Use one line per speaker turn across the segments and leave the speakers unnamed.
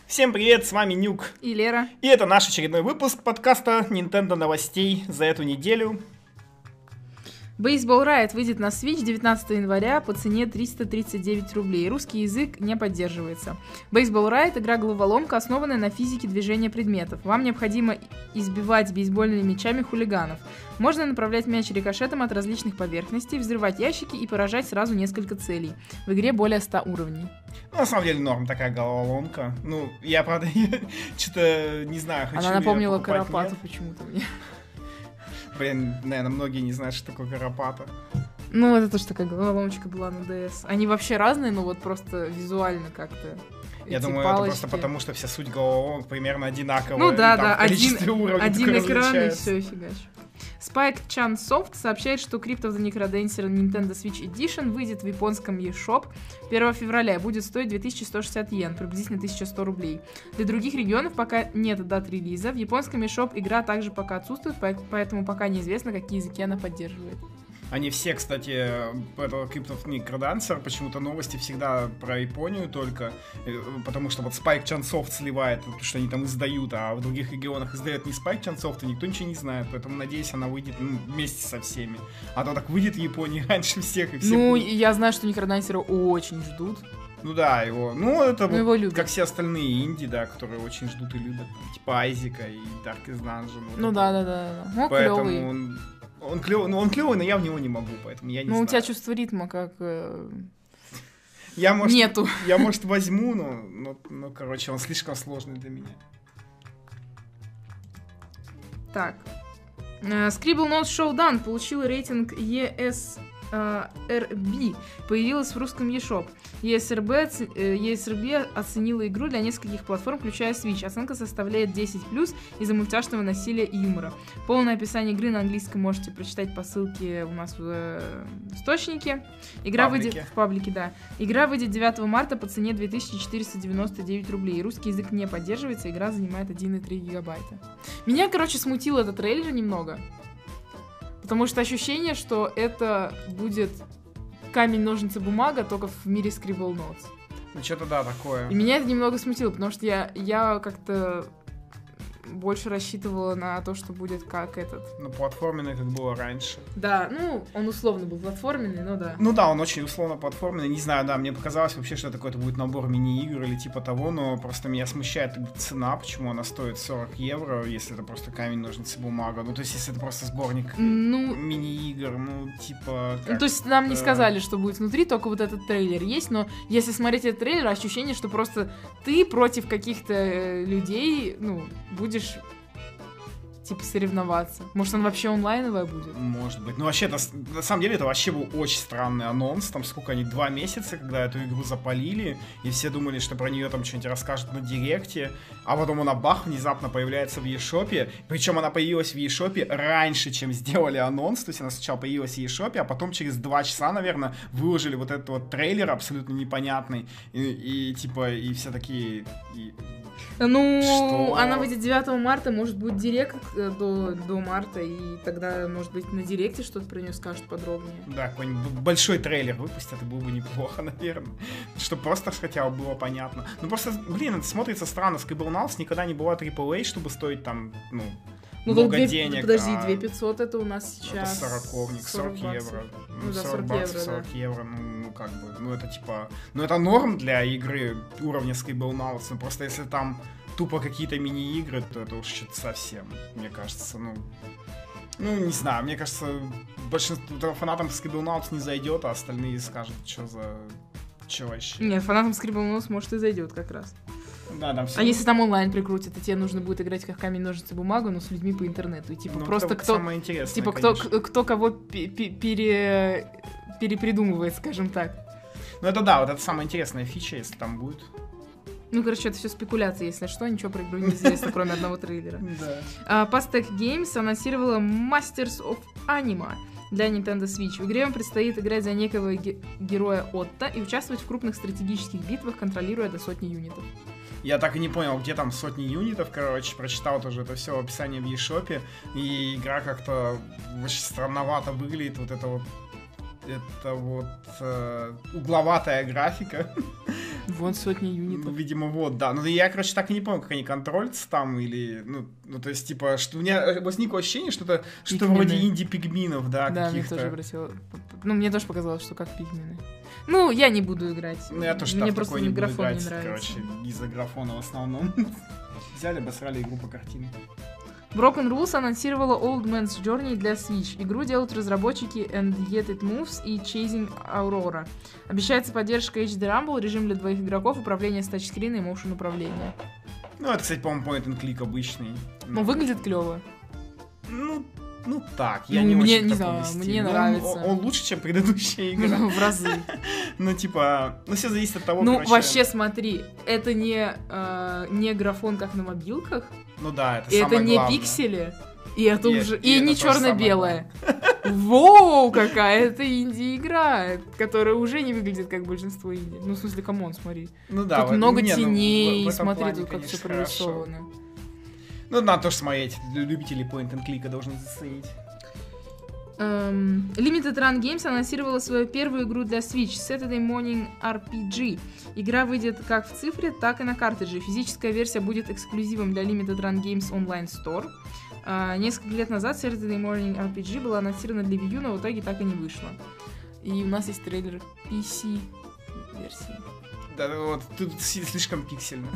Всем привет, с вами Нюк.
И Лера.
И это наш очередной выпуск подкаста Nintendo новостей за эту неделю.
Baseball Riot выйдет на Switch 19 января по цене 339 рублей. Русский язык не поддерживается. Baseball Riot — игра-головоломка, основанная на физике движения предметов. Вам необходимо избивать бейсбольными мячами хулиганов. Можно направлять мяч рикошетом от различных поверхностей, взрывать ящики и поражать сразу несколько целей. В игре более 100 уровней.
Ну, на самом деле норм такая головоломка. Ну, я, правда, что-то не знаю, хочу
Она напомнила
покупать,
Карапату
нет.
почему-то мне.
Блин, наверное, многие не знают, что такое Карапата.
Ну, это тоже такая головоломочка была на DS. Они вообще разные, но вот просто визуально как-то.
Я
эти
думаю,
палочки.
это просто потому, что вся суть головоломок примерно одинаковая.
Ну да,
и там
да,
в количестве уровней
один
только
экран и
различается.
все, и фигач. Spike Chan Soft сообщает, что Crypt of the Necrodancer Nintendo Switch Edition выйдет в японском eShop 1 февраля и будет стоить 2160 йен, приблизительно 1100 рублей. Для других регионов пока нет дат релиза. В японском eShop игра также пока отсутствует, поэтому пока неизвестно, какие языки она поддерживает.
Они все, кстати, это Crypt of Necrodancer, почему-то новости всегда про Японию только, потому что вот Spike Chunsoft сливает, что они там издают, а в других регионах издает не Spike Chunsoft, и никто ничего не знает, поэтому, надеюсь, она выйдет вместе со всеми. А то так выйдет в Японии раньше всех, и все.
Ну, я знаю, что Некродансера очень ждут.
Ну да, его. Ну, это вот,
его любят.
как все остальные инди, да, которые очень ждут и любят. Типа Айзека и Darkest Dungeon.
Ну да. Ну,
поэтому
клёвый.
он клевый, но я в него не могу, поэтому я не знаю.
Ну, у тебя чувство ритма как...
Я, может,
нету.
Я, может, возьму, но, короче, он слишком сложный для меня.
Так. Scribblenauts Showdown получил рейтинг ESRB. Появилась в русском eShop. ESRB оценила игру для нескольких платформ, включая Switch. Оценка составляет 10+, из-за мультяшного насилия и юмора. Полное описание игры на английском можете прочитать по ссылке у нас в источнике. Игра выйдет в паблике, да. Игра выйдет 9 марта по цене 2499 рублей. Русский язык не поддерживается, игра занимает 1,3 гигабайта. Меня, короче, смутил этот трейлер немного. Потому что ощущение, что это будет камень, ножницы, бумага, только в мире Scribblenauts.
Ну, что-то да, такое.
И меня это немного смутило, потому что я как-то больше рассчитывала на то, что будет как этот.
Ну, платформенный, как было раньше.
Да, ну, он условно был платформенный, но да.
Ну да, он очень условно платформенный. Не знаю, да, мне показалось вообще, что это какой-то будет набор мини-игр или типа того, но просто меня смущает цена, почему она стоит 40 евро, если это просто камень, ножницы, бумага. Ну, то есть, если это просто сборник мини-игр, ну, типа...
Ну, то есть, нам не сказали, что будет внутри, только вот этот трейлер есть, но если смотреть этот трейлер, ощущение, что просто ты против каких-то людей, ну, будешь типа соревноваться. Может, он вообще онлайновая будет?
Может быть. Ну, вообще, на самом деле, это вообще был очень странный анонс. Там сколько они, 2 месяца, когда эту игру запалили, и все думали, что про нее там что-нибудь расскажут на директе, а потом она бах, внезапно появляется в eShop. Причем она появилась в eShop раньше, чем сделали анонс. То есть она сначала появилась в eShop, а потом через 2 часа, наверное, выложили вот этот вот трейлер абсолютно непонятный. И типа, и все такие...
Ну,
что?
Она выйдет 9 марта, может быть, директ до марта, и тогда, может быть, на директе что-то про нее скажут подробнее.
Да, какой-нибудь большой трейлер выпустят, это было бы неплохо, наверное. Чтобы просто хотя бы было понятно. Ну, просто, блин, это смотрится странно. Scribblenauts никогда не была AAA, чтобы стоить там, много денег.
Подожди, 2500 это у нас сейчас...
Это 40 евро.
Ну, да,
40 баксов, 40
да.
евро, как бы, это типа... это норм для игры уровня Scribblenauts, но просто если там тупо какие-то мини-игры, то это уж что-то совсем, мне кажется, не знаю, мне кажется, большинство фанатам Scribblenauts не зайдет, а остальные скажут, что вообще.
Нет, фанатам Scribblenauts, может, и зайдет как раз.
Да, там все.
А если там онлайн прикрутят, то тебе нужно будет играть как камень, ножницы, бумага, но с людьми по интернету. И типа просто кто...
Самое интересное,
типа кто кого перепридумывает, скажем так.
Ну это да, вот это самая интересная фича, если там будет.
Ну, короче, это все спекуляции, если что, ничего про игру не известно, кроме одного трейлера. Pastech Games анонсировала Masters of Anima для Nintendo Switch. В игре вам предстоит играть за некого героя Отто и участвовать в крупных стратегических битвах, контролируя до 100 юнитов.
Я так и не понял, где там сотни юнитов, короче, прочитал тоже это все в описании в eShop, и игра как-то очень странновато выглядит, вот это вот угловатая графика.
Вон сотни юнитов.
Ну, видимо, вот, да. Ну, я, короче, так и не помню, как они контролятся там, или, ну, то есть, типа, что у меня возникло ощущение, что это что-то вроде инди-пигминов, да,
Да,
каких-то.
мне тоже обратило. Ну, мне тоже показалось, что как пигмины. Ну, я не буду играть.
Ну, я тоже
мне
так
просто
такой не буду
графон
играть,
не нравится.
короче, из-за графона в основном. Взяли, обосрали игру по картине.
Broken Rules анонсировала Old Man's Journey для Switch. Игру делают разработчики And Yet It Moves и Chasing Aurora. Обещается поддержка HD Rumble, режим для 2 игроков, управление с тачскрина и моушен управления.
Ну, это, кстати, по-моему, point and click обычный.
Ну, выглядит клево.
Ну так, я
Ну,
не
мне,
очень
не
такой
знаю,
стиль.
мне
Ну,
нравится.
Он лучше, чем предыдущая игра.
В разы.
Ну, типа, все зависит от того,
Ну,
короче...
вообще, смотри, это не графон, как на мобилках,
Ну да, это
и это
самое
не
главное.
пиксели, и это
И
уже...
это
И не
тоже самое
черно-белое. Воу, какая-то инди-игра, которая уже не выглядит как большинство инди. Ну, в смысле, камон, смотри.
Ну да.
Тут много
не, ну,
теней,
в этом
смотри,
плане,
тут как
конечно,
все прорисовано.
Ну, надо тоже смотреть. Любители point and click должны заценить.
Limited Run Games анонсировала свою первую игру для Switch Saturday Morning RPG. Игра выйдет как в цифре, так и на картридже. Физическая версия будет эксклюзивом для Limited Run Games Online Store. Несколько лет назад Saturday Morning RPG была анонсирована для Wii U, но в итоге так и не вышла. И у нас есть трейлер PC версии.
Да, вот тут слишком пиксельно.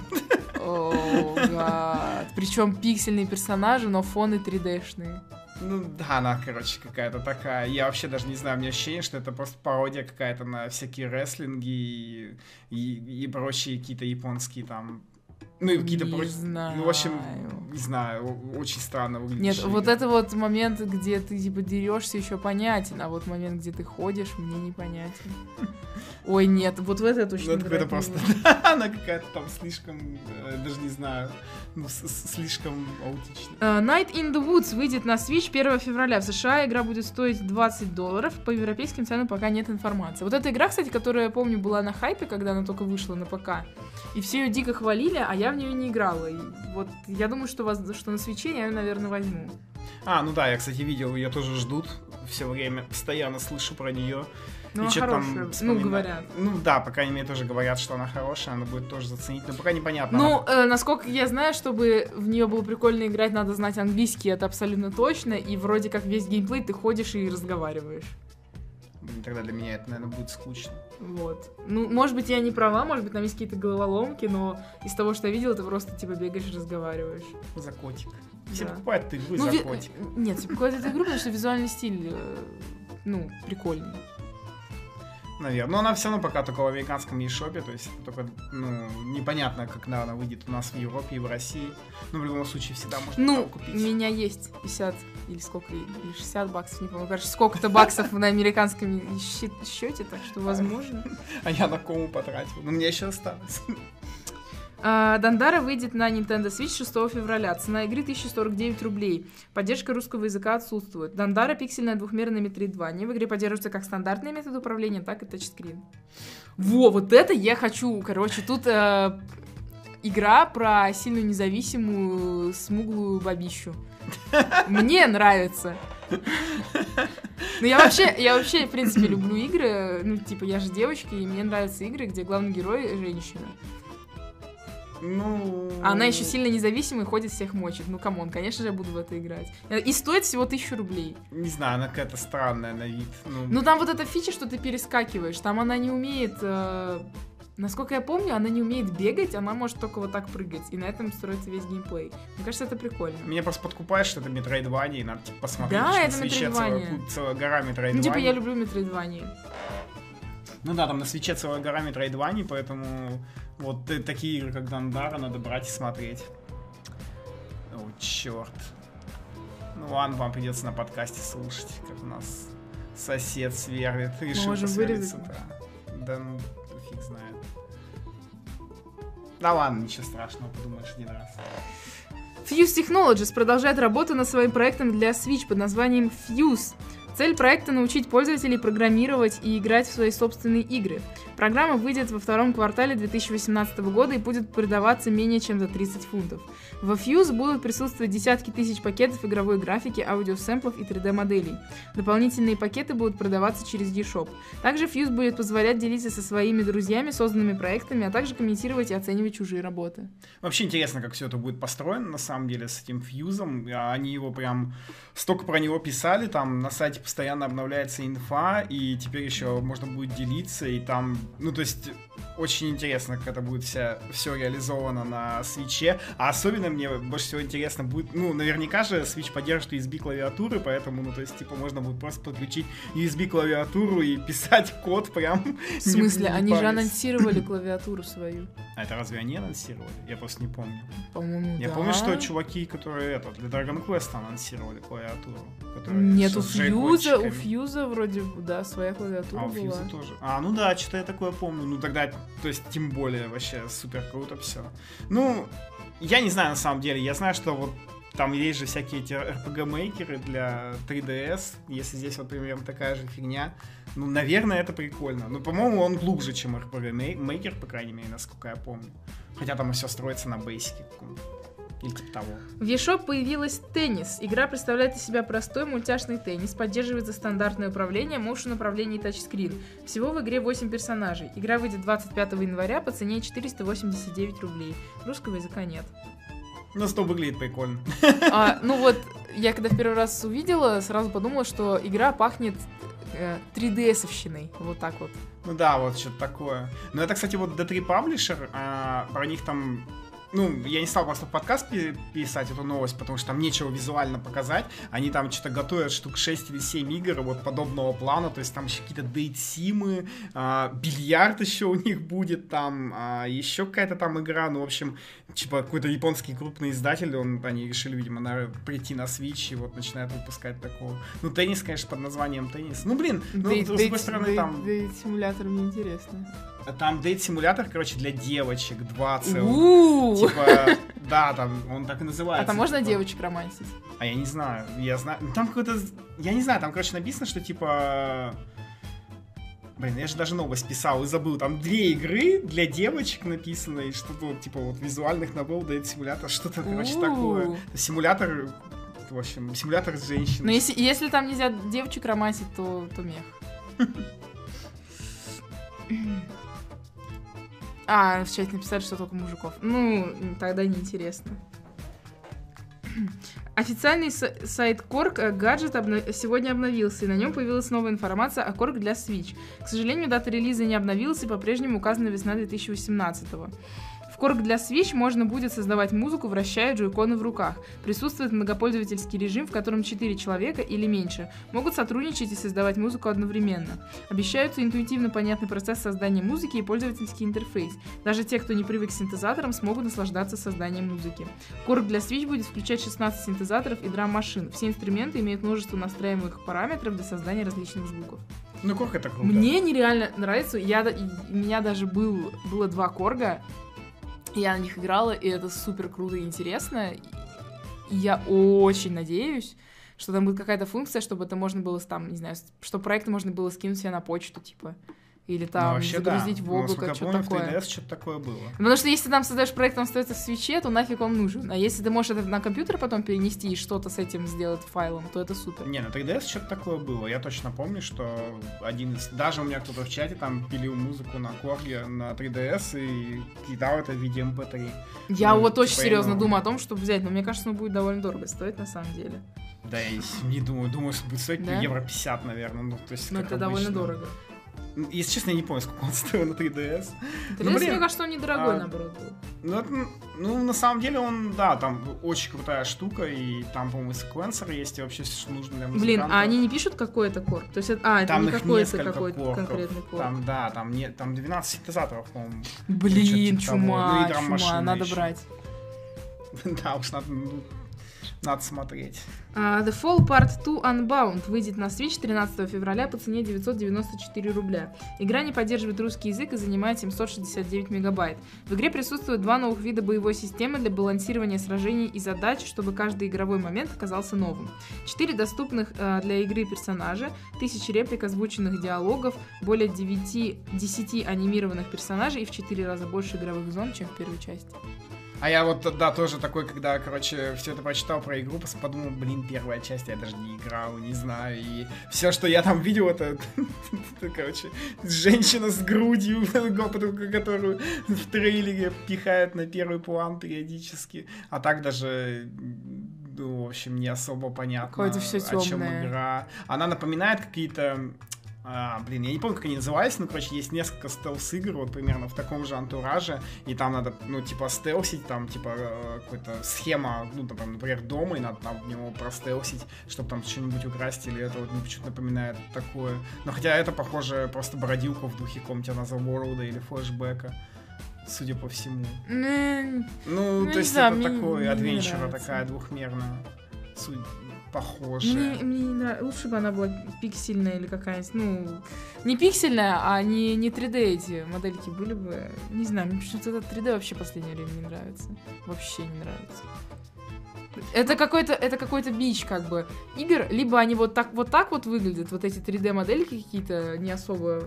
О, гад. Причем пиксельные персонажи, но фоны 3D-шные.
Ну да, она, короче, какая-то такая. Я вообще даже не знаю, у меня ощущение, что это просто пародия какая-то на всякие рестлинги и прочие какие-то японские там. Ну и какие-то
знаю.
Ну, в общем, не знаю, очень странно выглядит.
Нет, вот это вот момент, где ты типа дерешься, еще понятен, а вот момент, где ты ходишь, мне непонятен. Ой, нет, вот в это я точно
Ну, это просто, она какая-то там слишком, даже не знаю, слишком аутичная.
Night in the Woods выйдет на Switch 1 февраля. В США игра будет стоить $20. По европейским ценам пока нет информации. Вот эта игра, кстати, которая, я помню, была на хайпе, когда она только вышла на ПК. И все ее дико хвалили, а я в нее не играла. И вот я думаю, что на Switch я ее, наверное, возьму.
Ну да, я, кстати, видел, ее тоже ждут все время, постоянно слышу про нее.
Ну, она хорошая, говорят.
Ну да, по крайней мере, тоже говорят, что она хорошая, она будет тоже заценить, но пока непонятно.
Ну, насколько я знаю, чтобы в нее было прикольно играть, надо знать английский, это абсолютно точно, и вроде как весь геймплей ты ходишь и разговариваешь.
Блин, тогда для меня это, наверное, будет скучно.
Вот. Ну, может быть, я не права, может быть, там есть какие-то головоломки, но из того, что я видела, ты просто, типа, бегаешь и разговариваешь.
За котик. Все
Да.
покупают эту игру за котик.
Нет, все покупают эту игру, потому что визуальный стиль, прикольный.
Наверное. Но она все равно пока только в американском eShop, то есть это только, непонятно, когда она выйдет у нас в Европе и в России. Но в любом случае всегда можно там купить.
У меня есть 50 или сколько, или 60 баксов, не помню, короче, сколько-то баксов на американском счете, так что возможно.
А я на кому потратил? Ну, мне еще осталось.
Дандара выйдет на Nintendo Switch 6 февраля. Цена игры 1049 рублей. Поддержка русского языка отсутствует. Дандара — пиксельная двухмерная Metroidvania. В игре поддерживается как стандартный метод управления, так и тачскрин. Вот это я хочу. Короче, тут игра про сильную независимую смуглую бабищу. Мне нравится. Ну, я вообще, в принципе, люблю игры. Ну, типа, я же девочка, и мне нравятся игры, где главный герой — женщина.
Ну...
А она еще сильно независимая, ходит, всех мочит. Ну, камон, конечно же, я буду в это играть. И стоит всего 1000 рублей.
Не знаю, она какая-то странная на вид.
Ну, там вот эта фича, что ты перескакиваешь. Там она не умеет... Насколько я помню, она не умеет бегать, она может только вот так прыгать. И на этом строится весь геймплей. Мне кажется, это прикольно.
Меня просто подкупает, что это Metroidvania, и надо типа посмотреть,
да,
что
это
на Свитче целая гора Metroidvania.
Ну, типа, я люблю Metroidvania.
Ну да, там на Свитче целая гора Metroidvania, поэтому вот такие игры, как Дандара, надо брать и смотреть. О, черт. Ну ладно, вам придется на подкасте слушать, как у нас сосед сверлит. Решил посверлиться. Да, ну, фиг знает. Да ладно, ничего страшного, подумаешь один раз.
Fuse Technologies продолжает работу над своим проектом для Switch под названием Fuse. Цель проекта — научить пользователей программировать и играть в свои собственные игры. Программа выйдет во втором квартале 2018 года и будет продаваться менее чем за 30 фунтов. Во Fuse будут присутствовать десятки тысяч пакетов игровой графики, аудиосэмплов и 3D-моделей. Дополнительные пакеты будут продаваться через eShop. Также Fuse будет позволять делиться со своими друзьями созданными проектами, а также комментировать и оценивать чужие работы.
Вообще интересно, как все это будет построено, на самом деле, с этим Фьюзом. Они его прям столько про него писали, там на сайте постоянно обновляется инфа, и теперь еще можно будет делиться, и там, ну, то есть, очень интересно, как это будет все реализовано на Switch'е. А особенно мне больше всего интересно будет, ну, наверняка же Switch поддержит USB-клавиатуры, поэтому, ну, то есть, типа, можно будет просто подключить USB-клавиатуру и писать код прям.
В смысле? Они же анонсировали клавиатуру свою.
А это разве они анонсировали? Я просто не помню.
По-моему,
Я
да.
помню, что чуваки, которые для Dragon Quest анонсировали клавиатуру.
Нет, у Фьюза вроде, да, своя клавиатура была.
А у Фьюза тоже. Ну да, что-то я такое помню. Ну тогда, то есть, тем более, вообще супер круто все. Ну, я не знаю на самом деле. Я знаю, что вот там есть же всякие эти RPG-мейкеры для 3DS. Если здесь вот примерно такая же фигня, ну, наверное, это прикольно. Но, по-моему, он глубже, чем RPG-мейкер, по крайней мере, насколько я помню. Хотя там все строится на бейсике каком-то. Или типа того.
В eShop появилась теннис. Игра представляет из себя простой мультяшный теннис, поддерживается стандартное управление, motion управление и тачскрин. Всего в игре 8 персонажей. Игра выйдет 25 января по цене 489 рублей. Русского языка нет.
Ну, зато выглядит прикольно.
Ну вот, я когда в первый раз увидела, сразу подумала, что игра пахнет 3DS-овщиной. Вот так вот.
Ну да, вот что-то такое. Но это, кстати, вот D3 Publisher, про них там... Ну, я не стал просто в подкаст писать эту новость, потому что там нечего визуально показать. Они там что-то готовят штук 6 или 7 игр вот подобного плана. То есть там еще какие-то дейт-симы, бильярд еще у них будет там, еще какая-то там игра. Ну, в общем, типа какой-то японский крупный издатель, они решили, видимо, прийти на Switch и вот начинают выпускать такого. Ну, теннис, конечно, под названием теннис. Ну, блин, с другой стороны там...
Дейт-симулятор мне интересно.
Там дейт-симулятор, короче, для девочек, 2 целых. Типа, да, там он так и называется.
А там можно
типа...
девочек романсить?
А я не знаю. Я знаю. Там какой-то... Я не знаю, там, короче, написано, что типа... Блин, я же даже новость писал и забыл. Там 2 игры для девочек написано, и что-то вот, типа, вот визуальных наборов дейт-симулятор, что-то, короче, такое. Симулятор... В общем, симулятор с женщиной.
Но если там нельзя девочек романсить, то мех. В чате написали, что только мужиков. Ну, тогда неинтересно. Официальный сайт Korg Gadget сегодня обновился, и на нем появилась новая информация о Korg для Switch. К сожалению, дата релиза не обновилась, и по-прежнему указана весна 2018-го. В Korg для Switch можно будет создавать музыку, вращая джойконы в руках. Присутствует многопользовательский режим, в котором 4 человека или меньше могут сотрудничать и создавать музыку одновременно. Обещаются интуитивно понятный процесс создания музыки и пользовательский интерфейс. Даже те, кто не привык к синтезаторам, смогут наслаждаться созданием музыки. Korg для Switch будет включать 16 синтезаторов и драм-машин. Все инструменты имеют множество настраиваемых параметров для создания различных звуков.
Ну, Korg это круто.
Мне нереально нравится. У меня даже было 2 Korg'а. Я на них играла, и это супер круто и интересно. И я очень надеюсь, что там будет какая-то функция, чтобы это можно было там, не знаю, что проекты можно было скинуть себе на почту, типа. Или там
вообще,
загрузить
да.
в облако, что-то такое.
В 3DS что-то такое было.
Потому что если ты там создаешь проект, он остается в свитче, то нафиг он нужен. А если ты можешь это на компьютер потом перенести и что-то с этим сделать файлом, то это супер.
Не, на 3DS что-то такое было. Я точно помню, что даже у меня кто-то в чате там пилил музыку на Korg на 3DS и кидал это в виде MP3.
Я вот очень серьезно думаю о том, чтобы взять, но мне кажется, он будет довольно дорого стоить на самом деле.
Да, я не думаю, что будет стоить евро 50, наверное. Ну, то есть,
но это довольно дорого.
Если честно, я не помню, сколько он стоил на 3DS.
3DS, мне кажется, он недорогой, наоборот, был.
Ну, на самом деле, он, да, там очень крутая штука, и там, по-моему, секвенсор есть, и вообще все, что нужно для музыканта.
Блин, а они не пишут какой-то корг? То есть, это
там
не какой-то конкретный корг.
Там, да, там 12 синтезаторов, по-моему.
Блин, чума, надо брать.
Да, уж надо, Надо смотреть.
The Fall Part 2 Unbound выйдет на Switch 13 февраля по цене 994 рубля. Игра не поддерживает русский язык и занимает 769 мегабайт. В игре присутствуют 2 новых вида боевой системы для балансирования сражений и задач, чтобы каждый игровой момент оказался новым. 4 доступных для игры персонажа, 1000 реплик, озвученных диалогов, более 10 анимированных персонажей и в 4 раза больше игровых зон, чем в первой части.
А я вот, да, тоже такой, когда, короче, все это прочитал про игру, подумал, блин, первая часть, я даже не играл, не знаю, и все, что я там видел, это, короче, женщина с грудью, которую в трейлере пихает на первый план периодически, а так даже, ну, в общем, не особо понятно, о чем игра. Она напоминает какие-то... я не помню, как они назывались, но, короче, есть несколько стелс-игр, вот примерно в таком же антураже, и там надо, ну, типа, стелсить, там, типа, какая-то схема, ну, там, например, дома, и надо там в него простелсить, чтобы там что-нибудь украсть, или это вот мне почему-то напоминает такое. Но хотя это, похоже, просто бродилка в духе какого-нибудь Another World или флешбэка, судя по всему. Ну, то есть это такой адвенчура, такая двухмерная суть. Похоже.
Мне не нравится. Лучше бы она была пиксельная или какая-нибудь, ну, не пиксельная, а не 3D эти модельки были бы. Не знаю, мне почему-то это 3D вообще в последнее время не нравится. Вообще не нравится. Это какой-то бич, как бы, игр. Либо они вот так вот выглядят, вот эти 3D модельки какие-то не особо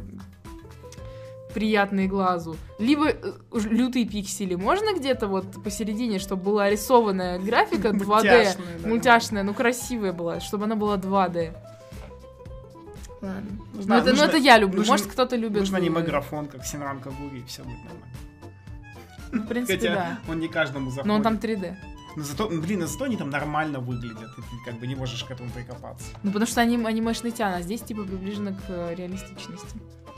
приятные глазу, либо лютые пиксели. Можно где-то вот посередине, чтобы была рисованная графика 2D, мультяшная, ну красивая была, чтобы она была 2D. Ладно. Но это я люблю, может кто-то любит.
Нужно аниме-графон, как Синран Кагури, и все будет нормально.
Ну, в принципе,
хотя
да.
Он не каждому заходит.
Но он там 3D.
Но зато они там нормально выглядят, и ты как бы не можешь к этому прикопаться.
Ну, потому что анимешный тян, а здесь типа приближено к реалистичности.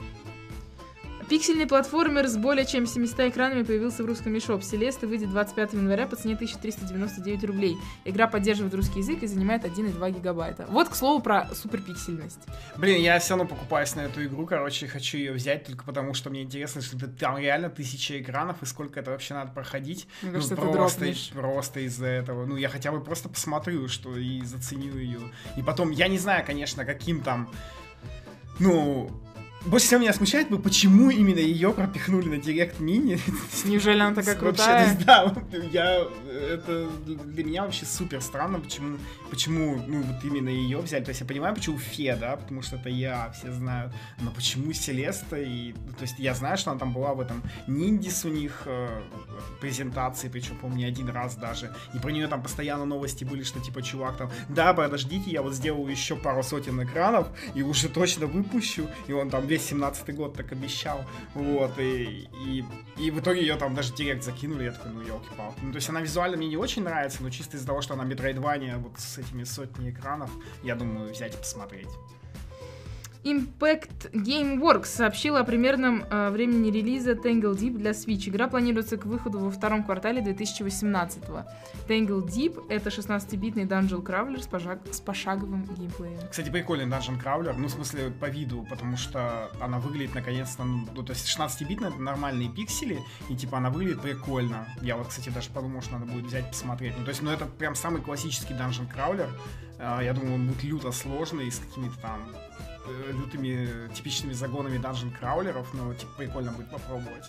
Пиксельный платформер с более чем 700 экранами появился в русском eShop. Селеста выйдет 25 января по цене 1399 рублей. Игра поддерживает русский язык и занимает 1,2 гигабайта. Вот, к слову, про суперпиксельность.
Блин, я все равно покупаюсь на эту игру, короче, хочу ее взять только потому, что мне интересно, что там реально 1000 экранов, и сколько это вообще надо проходить.
Мне кажется,
просто из-за этого. Ну, я хотя бы просто посмотрю, что и заценю ее. И потом, я не знаю, конечно, каким там, ну... Больше всего меня смущает, почему именно ее пропихнули на Direct Mini.
Неужели она такая крутая?
Да, это для меня вообще супер странно, почему ну, вот именно ее взяли. То есть я понимаю, почему Фе, да, потому что это все знают. Но почему Селеста? То есть я знаю, что она там была в этом Ниндис у них презентации, причем, помню, не один раз даже. И про нее там постоянно новости были, что типа, чувак там, да, подождите, я вот сделаю еще пару сотен экранов и уже точно выпущу. И он там весь 17-й год так обещал, вот, и в итоге ее там даже директ закинули, я такой, ну, елки-палки. Ну, то есть она визуально мне не очень нравится, но чисто из-за того, что она Metroidvania вот с этими сотней экранов, я думаю, взять и посмотреть.
Impact Gameworks сообщила о примерном времени релиза Tangle Deep для Switch. Игра планируется к выходу во втором квартале 2018-го. Tangle Deep — это 16-битный Dungeon Crawler с пошаговым геймплеем.
Кстати, прикольный Dungeon Crawler, ну, в смысле, по виду, потому что она выглядит, наконец-то, ну, то есть 16-битный — это нормальные пиксели, и, типа, она выглядит прикольно. Я вот, кстати, даже подумал, что надо будет взять посмотреть. Ну, то есть, ну, это прям самый классический Dungeon Crawler. Я думаю, он будет люто сложный, с какими-то там лютыми типичными загонами данжен-краулеров, но типа прикольно будет попробовать.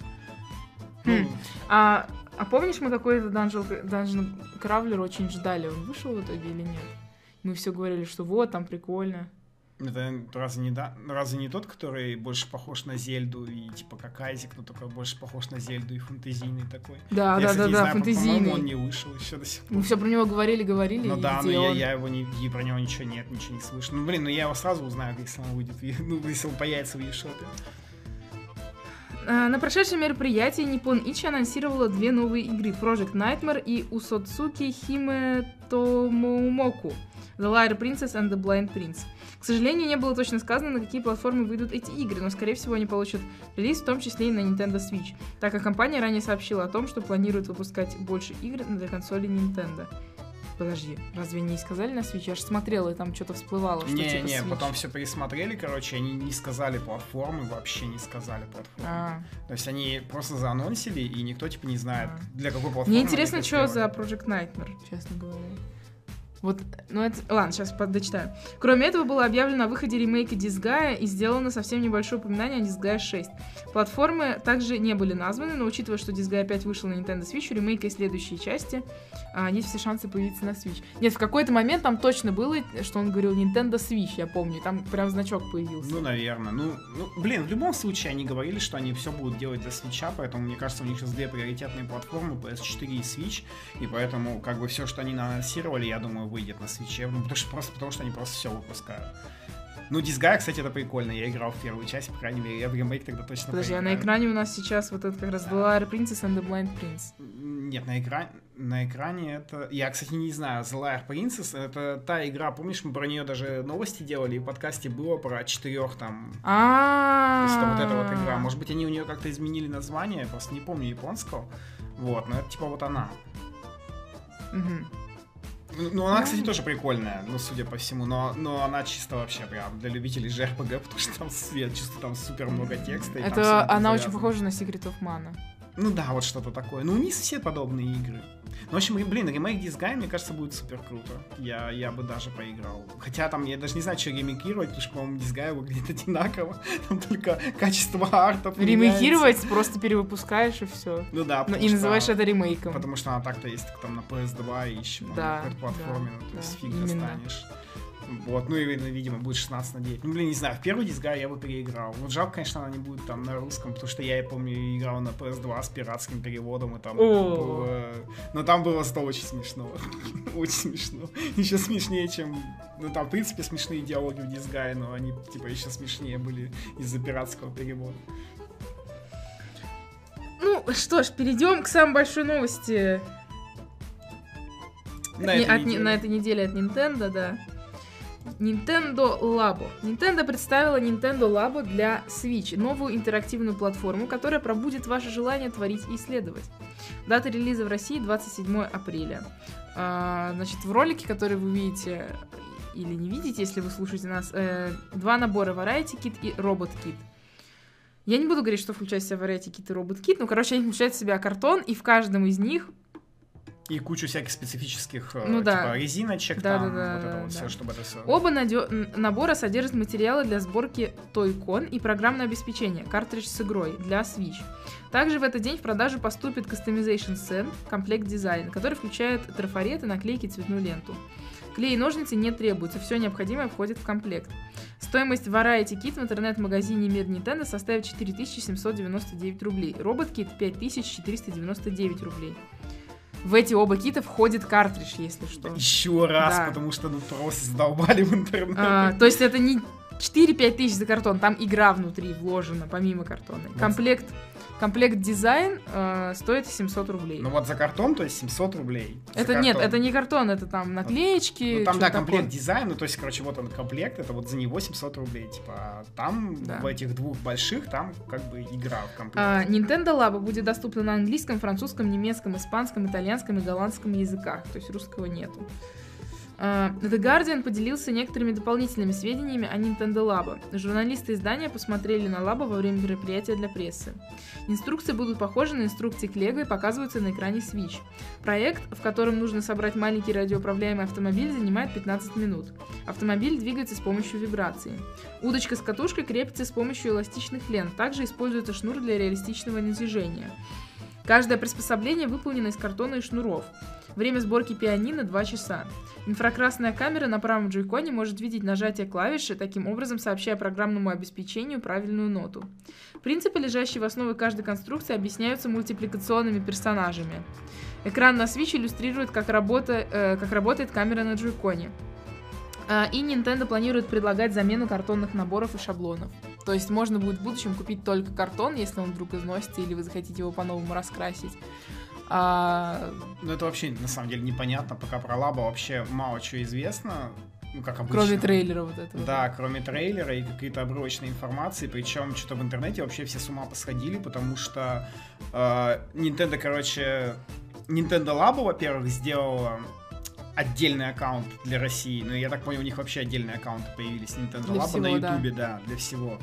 А помнишь, мы какой-то данжен-краулер очень ждали? Он вышел в итоге или нет? Мы все говорили, что вот, там прикольно.
Это разве не тот, который больше похож на Зельду и типа как Айзек, но только больше похож на Зельду и фэнтезийный такой?
Да, фэнтезийный.
По-моему, он не вышел еще до сих пор.
Мы все про него говорили.
Ну да, но я его не про него ничего не слышу. Ну блин, я его сразу узнаю, если он выйдет, если он появится в eShop.
На прошедшем мероприятии Nippon Ichi анонсировала 2 новые игры: Project Nightmare и Usotsuki Hime Tomomoku, The Liar Princess and the Blind Prince. К сожалению, не было точно сказано, на какие платформы выйдут эти игры, но, скорее всего, они получат релиз, в том числе и на Nintendo Switch, так как компания ранее сообщила о том, что планирует выпускать больше игр для консолей Nintendo. Подожди, разве не сказали на Switch? Я же смотрела, и там что-то всплывало, что типа Switch.
Потом все пересмотрели, короче, они не сказали платформы, вообще не сказали платформы. То есть они просто заанонсили, и никто типа не знает, для какой платформы.
Мне интересно, что за Project Nightmare, честно говоря. Вот, ну это... Ладно, сейчас дочитаю. Кроме этого, было объявлено о выходе ремейка Disgaea и сделано совсем небольшое упоминание о Disgaea 6. Платформы также не были названы, но учитывая, что Disgaea 5 вышел на Nintendo Switch, у ремейка и следующие части есть все шансы появиться на Switch. Нет, в какой-то момент там точно было, что он говорил Nintendo Switch, я помню, там прям значок появился.
Ну, наверное. Ну, блин, в любом случае они говорили, что они все будут делать для Switch, поэтому, мне кажется, у них сейчас две приоритетные платформы, PS4 и Switch, и поэтому, как бы, все, что они анонсировали, я думаю, выйдет на Switch, ну, потому что они просто все выпускают. Ну, Disgaea, кстати, это прикольно. Я играл в первую часть, по крайней мере, я в ремейк тогда точно
Подожди,
поиграю.
а на экране у нас сейчас вот это как раз The Liar Princess and the Blind Prince.
Нет, на экране это... Я, кстати, не знаю, The Liar Princess, это та игра, помнишь, мы про нее даже новости делали, и в подкасте было про 4 там... То есть это вот эта вот игра. Может быть, они у нее как-то изменили название, я просто не помню японского. Вот, но это типа вот она. Ну, она, кстати, тоже прикольная, ну, судя по всему, но она чисто вообще прям для любителей JRPG, потому что там чисто там супер много текста.
Это она очень похожа на Secret of Mana.
Ну да, вот что-то такое. Ну, у них все подобные игры. Ну, в общем, блин, ремейк Disgaea, мне кажется, будет супер круто. Я бы даже поиграл. Хотя там, я даже не знаю, что ремейкировать, потому что, по-моему, Disgaea выглядит одинаково. Там только качество артов
ремейкировать, просто перевыпускаешь и все.
Ну да.
И называешь это ремейком.
Потому что она так-то есть там на PS2 и еще на какой-то платформе, ну, то есть фиг достанешь. Вот, ну и, видимо, будет 16 на 9. Ну, блин, не знаю, в первый Disgaea я бы переиграл. Вот жалко, конечно, она не будет там на русском, потому что я помню, играл на PS2 с пиратским переводом, и там было... Но там было зато очень смешно. Очень смешно. Еще смешнее, чем... Ну, там, в принципе, смешные диалоги в Disgaea, но они, типа, еще смешнее были из-за пиратского перевода.
Ну, что ж, перейдем к самой большой новости. На этой неделе от Nintendo, да. Nintendo Labo. Nintendo представила Nintendo Labo для Switch, новую интерактивную платформу, которая пробудит ваше желание творить и исследовать. Дата релиза в России 27 апреля. Значит, в ролике, который вы видите или не видите, если вы слушаете нас, два набора Variety Kit и Robot Kit. Я не буду говорить, что включает в себя Variety Kit и Robot Kit, но, короче, они включают в себя картон, и в каждом из них
и кучу всяких специфических,
ну,
типа резиночек,
да,
там,
да,
вот
да,
это вот
да.
все, чтобы это все...
Оба набора содержат материалы для сборки Toy-Con и программное обеспечение, картридж с игрой для Switch. Также в этот день в продажу поступит Customization Set, комплект дизайн, который включает трафареты, наклейки и цветную ленту. Клей и ножницы не требуются, все необходимое входит в комплект. Стоимость Variety Kit в интернет-магазине Мир Nintendo составит 4799 рублей, Robot Kit 5499 рублей. В эти оба кита входит картридж, если что.
Еще раз,
да.
Потому что просто задолбали в интернете.
То есть это не 4-5 тысяч за картон, там игра внутри вложена, помимо картона. Комплект дизайн стоит 700 рублей.
Ну вот за картон, то есть 700 рублей.
Нет, это не картон, это там наклеечки.
Ну там, да, комплект дизайн, ну то есть, короче, вот он комплект, это вот за него 700 рублей. Типа, а там в этих двух больших, там как бы игра в комплекте.
Nintendo Labo будет доступна на английском, французском, немецком, испанском, итальянском и голландском языках, то есть русского нету. The Guardian поделился некоторыми дополнительными сведениями о Nintendo Labo. Журналисты издания посмотрели на Labo во время мероприятия для прессы. Инструкции будут похожи на инструкции к Lego и показываются на экране Switch. Проект, в котором нужно собрать маленький радиоуправляемый автомобиль, занимает 15 минут. Автомобиль двигается с помощью вибрации. Удочка с катушкой крепится с помощью эластичных лент. Также используется шнур для реалистичного натяжения. Каждое приспособление выполнено из картона и шнуров. Время сборки пианино 2 часа. Инфракрасная камера на правом джойконе может видеть нажатие клавиши, таким образом сообщая программному обеспечению правильную ноту. Принципы, лежащие в основе каждой конструкции, объясняются мультипликационными персонажами. Экран на Switch иллюстрирует, как работает камера на джойконе. И Nintendo планирует предлагать замену картонных наборов и шаблонов. То есть можно будет в будущем купить только картон, если он вдруг износится или вы захотите его по-новому раскрасить.
Ну это вообще на самом деле непонятно, пока про Labo вообще мало чего известно. Ну, как обычно.
Кроме трейлера вот этого.
Да, кроме трейлера и какой-то обрывочной информации. Причем что-то в интернете вообще все с ума посходили, потому что Nintendo, Nintendo Labo, во-первых, сделала отдельный аккаунт для России. Ну, я так понял, у них вообще отдельные аккаунты появились. Nintendo
для
Labo
всего,
на Ютубе, да, для всего.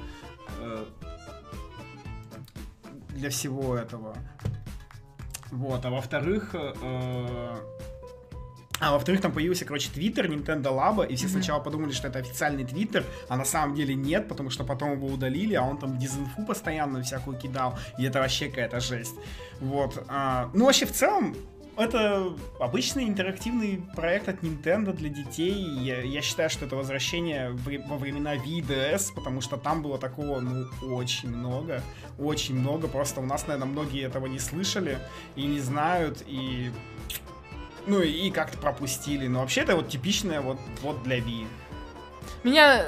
Для всего этого. Вот, а во-вторых, А во-вторых, там появился, короче, твиттер Nintendo Labo, и все сначала подумали, что это официальный твиттер, а на самом деле нет, потому что потом его удалили, а он там дезинфу постоянно всякую кидал, и это вообще какая-то жесть. Вот. Ну, вообще, в целом, это обычный интерактивный проект от Nintendo для детей. Я считаю, что это возвращение во времена Wii DS, потому что там было такого, ну, очень много. Очень много. Просто у нас, наверное, многие этого не слышали и не знают, и... Ну, и как-то пропустили. Но вообще это вот типичное вот для Wii.
Меня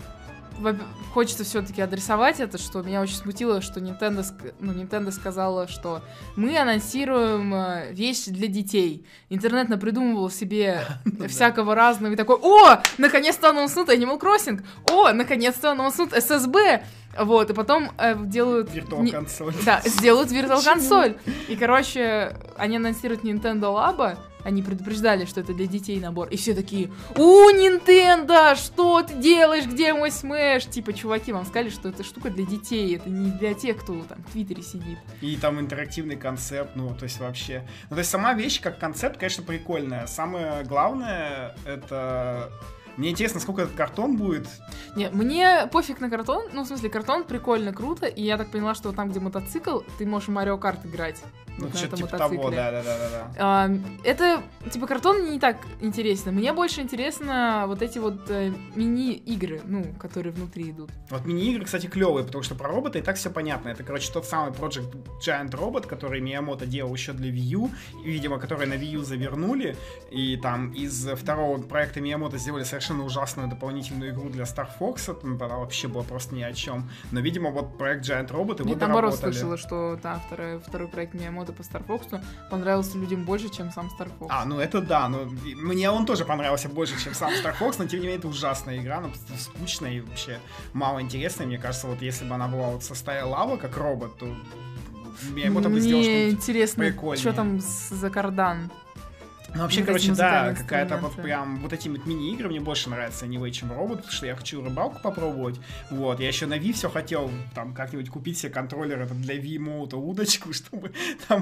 хочется все-таки адресовать это, что меня очень смутило, что Nintendo сказала, что мы анонсируем вещи для детей. Интернет напридумывал себе всякого разного и такой: о, наконец-то анонснут Animal Crossing, о, наконец-то анонснут SSB. Вот, и потом делают...
Virtual консоль.
Да, сделают Virtual консоль. И, короче, они анонсируют Nintendo Labo, они предупреждали, что это для детей набор, и все такие: у, Nintendo, что ты делаешь, где мой Smash? Типа, чуваки, вам сказали, что эта штука для детей, это не для тех, кто там в Твиттере сидит.
И там интерактивный концепт, ну, то есть вообще... Ну, то есть сама вещь как концепт, конечно, прикольная. Самое главное, это... Мне интересно, сколько этот картон будет.
Не, мне пофиг на картон. Ну, в смысле, картон прикольно, круто. И я так поняла, что там, где мотоцикл, ты можешь в Марио Карт играть.
Ну,
вот
что-то типа того, да.
Это, типа, картон мне не так интересно. Мне больше интересно вот эти вот мини-игры, ну, которые внутри идут.
Вот мини-игры, кстати, клевые, потому что про робота и так все понятно. Это, короче, тот самый Project Giant Robot, который Миямото делал еще для Wii U, и, видимо, который на Wii U завернули. И там из второго проекта Миямото сделали совершенно ужасную дополнительную игру для Star Fox. Она вообще была просто ни о чем. Но, видимо, вот проект Giant Robot его доработали.
Я наоборот слышала, что второй проект Миямото по Star Fox понравился людям больше, чем сам Star Fox.
Ну это да, но мне он тоже понравился больше, чем сам Star Fox, но тем не менее это ужасная игра, но скучная и вообще мало интересная. Мне кажется, вот если бы она была вот со стая Лава, как робот, то Миямото бы сделал что-нибудь
интересно,
прикольнее.
Что там за кардан?
Ну, вообще, короче, да, какая-то вот прям вот эти вот мини-игры мне больше нравятся anyway, чем робот, потому что я хочу рыбалку попробовать. Вот, я еще на Wii все хотел там как-нибудь купить себе контроллер этот для Wii Moto, удочку, чтобы там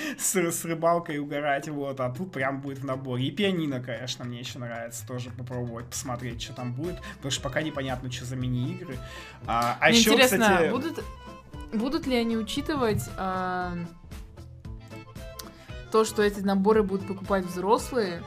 с рыбалкой угорать, вот, а тут прям будет в наборе. И пианино, конечно, мне еще нравится тоже попробовать, посмотреть, что там будет, потому что пока непонятно, что за мини-игры. А еще,
интересно,
кстати...
будут ли они учитывать... то, что эти наборы будут покупать взрослые,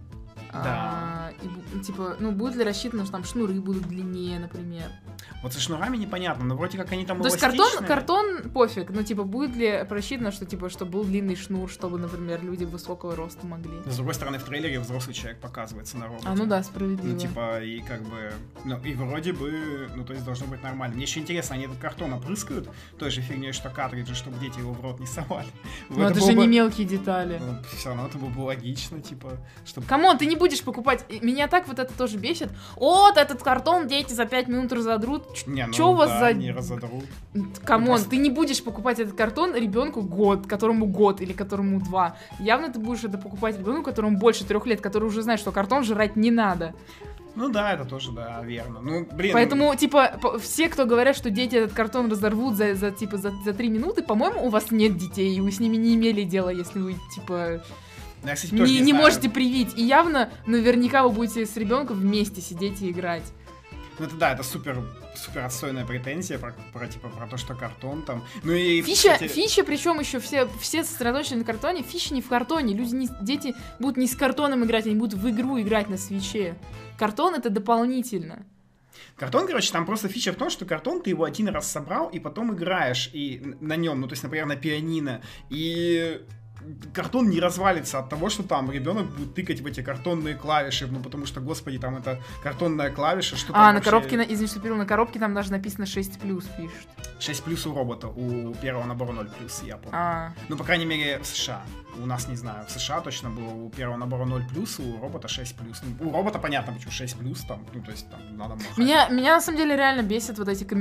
да.
И, типа, ну, будет ли рассчитано, что там шнуры будут длиннее, например.
Вот со шнурами непонятно, но вроде как они там
эластичные. То есть картон пофиг, но, типа, будет ли рассчитано, что, типа, чтобы был длинный шнур, чтобы, например, люди высокого роста могли.
Но, с другой стороны, в трейлере взрослый человек показывается на роботе.
Ну да, справедливо.
Ну, типа, и как бы, ну, и вроде бы, ну, то есть должно быть нормально. Мне еще интересно, они этот картон опрыскают той же фигней, что картриджи, чтобы дети его в рот не совали.
Ну, это же не мелкие детали.
Ну, все равно это было бы логично, типа, чтобы...
Камон, ты не будешь покупать... Меня так вот это тоже бесит. Вот этот картон дети за 5 минут разодрут. Чё у вас за...
не разодрут.
Камон, просто... ты не будешь покупать этот картон ребенку которому год или которому 2. Явно ты будешь это покупать ребенку, которому больше 3 лет, который уже знает, что картон жрать не надо.
Ну да, это тоже, да, верно. Ну, блин.
Поэтому, типа, все, кто говорят, что дети этот картон разорвут за 3 минуты, по-моему, у вас нет детей, и вы с ними не имели дела, если вы, типа...
Я, кстати,
не можете привить. И явно, наверняка, вы будете с ребенком вместе сидеть и играть.
Ну это да, это супер отстойная претензия про то, что картон там. Ну и
фича, причем еще все сосредоточены на картоне. Фича не в картоне. Дети будут не с картоном играть, они будут в игру играть на свитче. Картон это дополнительно.
Картон, короче, там просто фича в том, что картон ты его один раз собрал и потом играешь и на нем, ну то есть, например, на пианино. И картон не развалится от того, что там ребенок будет тыкать в эти картонные клавиши, ну потому что, господи, там это картонная клавиша, что там
на коробке, извини, что перевел, на коробке там даже написано 6+, пишет.
6+ у робота, у первого набора 0+, я помню. Ну, по крайней мере, в США. У нас, не знаю, в США точно было у первого набора 0+, у робота 6+. Ну, у робота понятно, почему 6+, там, ну, то есть там надо махать.
Меня на самом деле реально бесят вот эти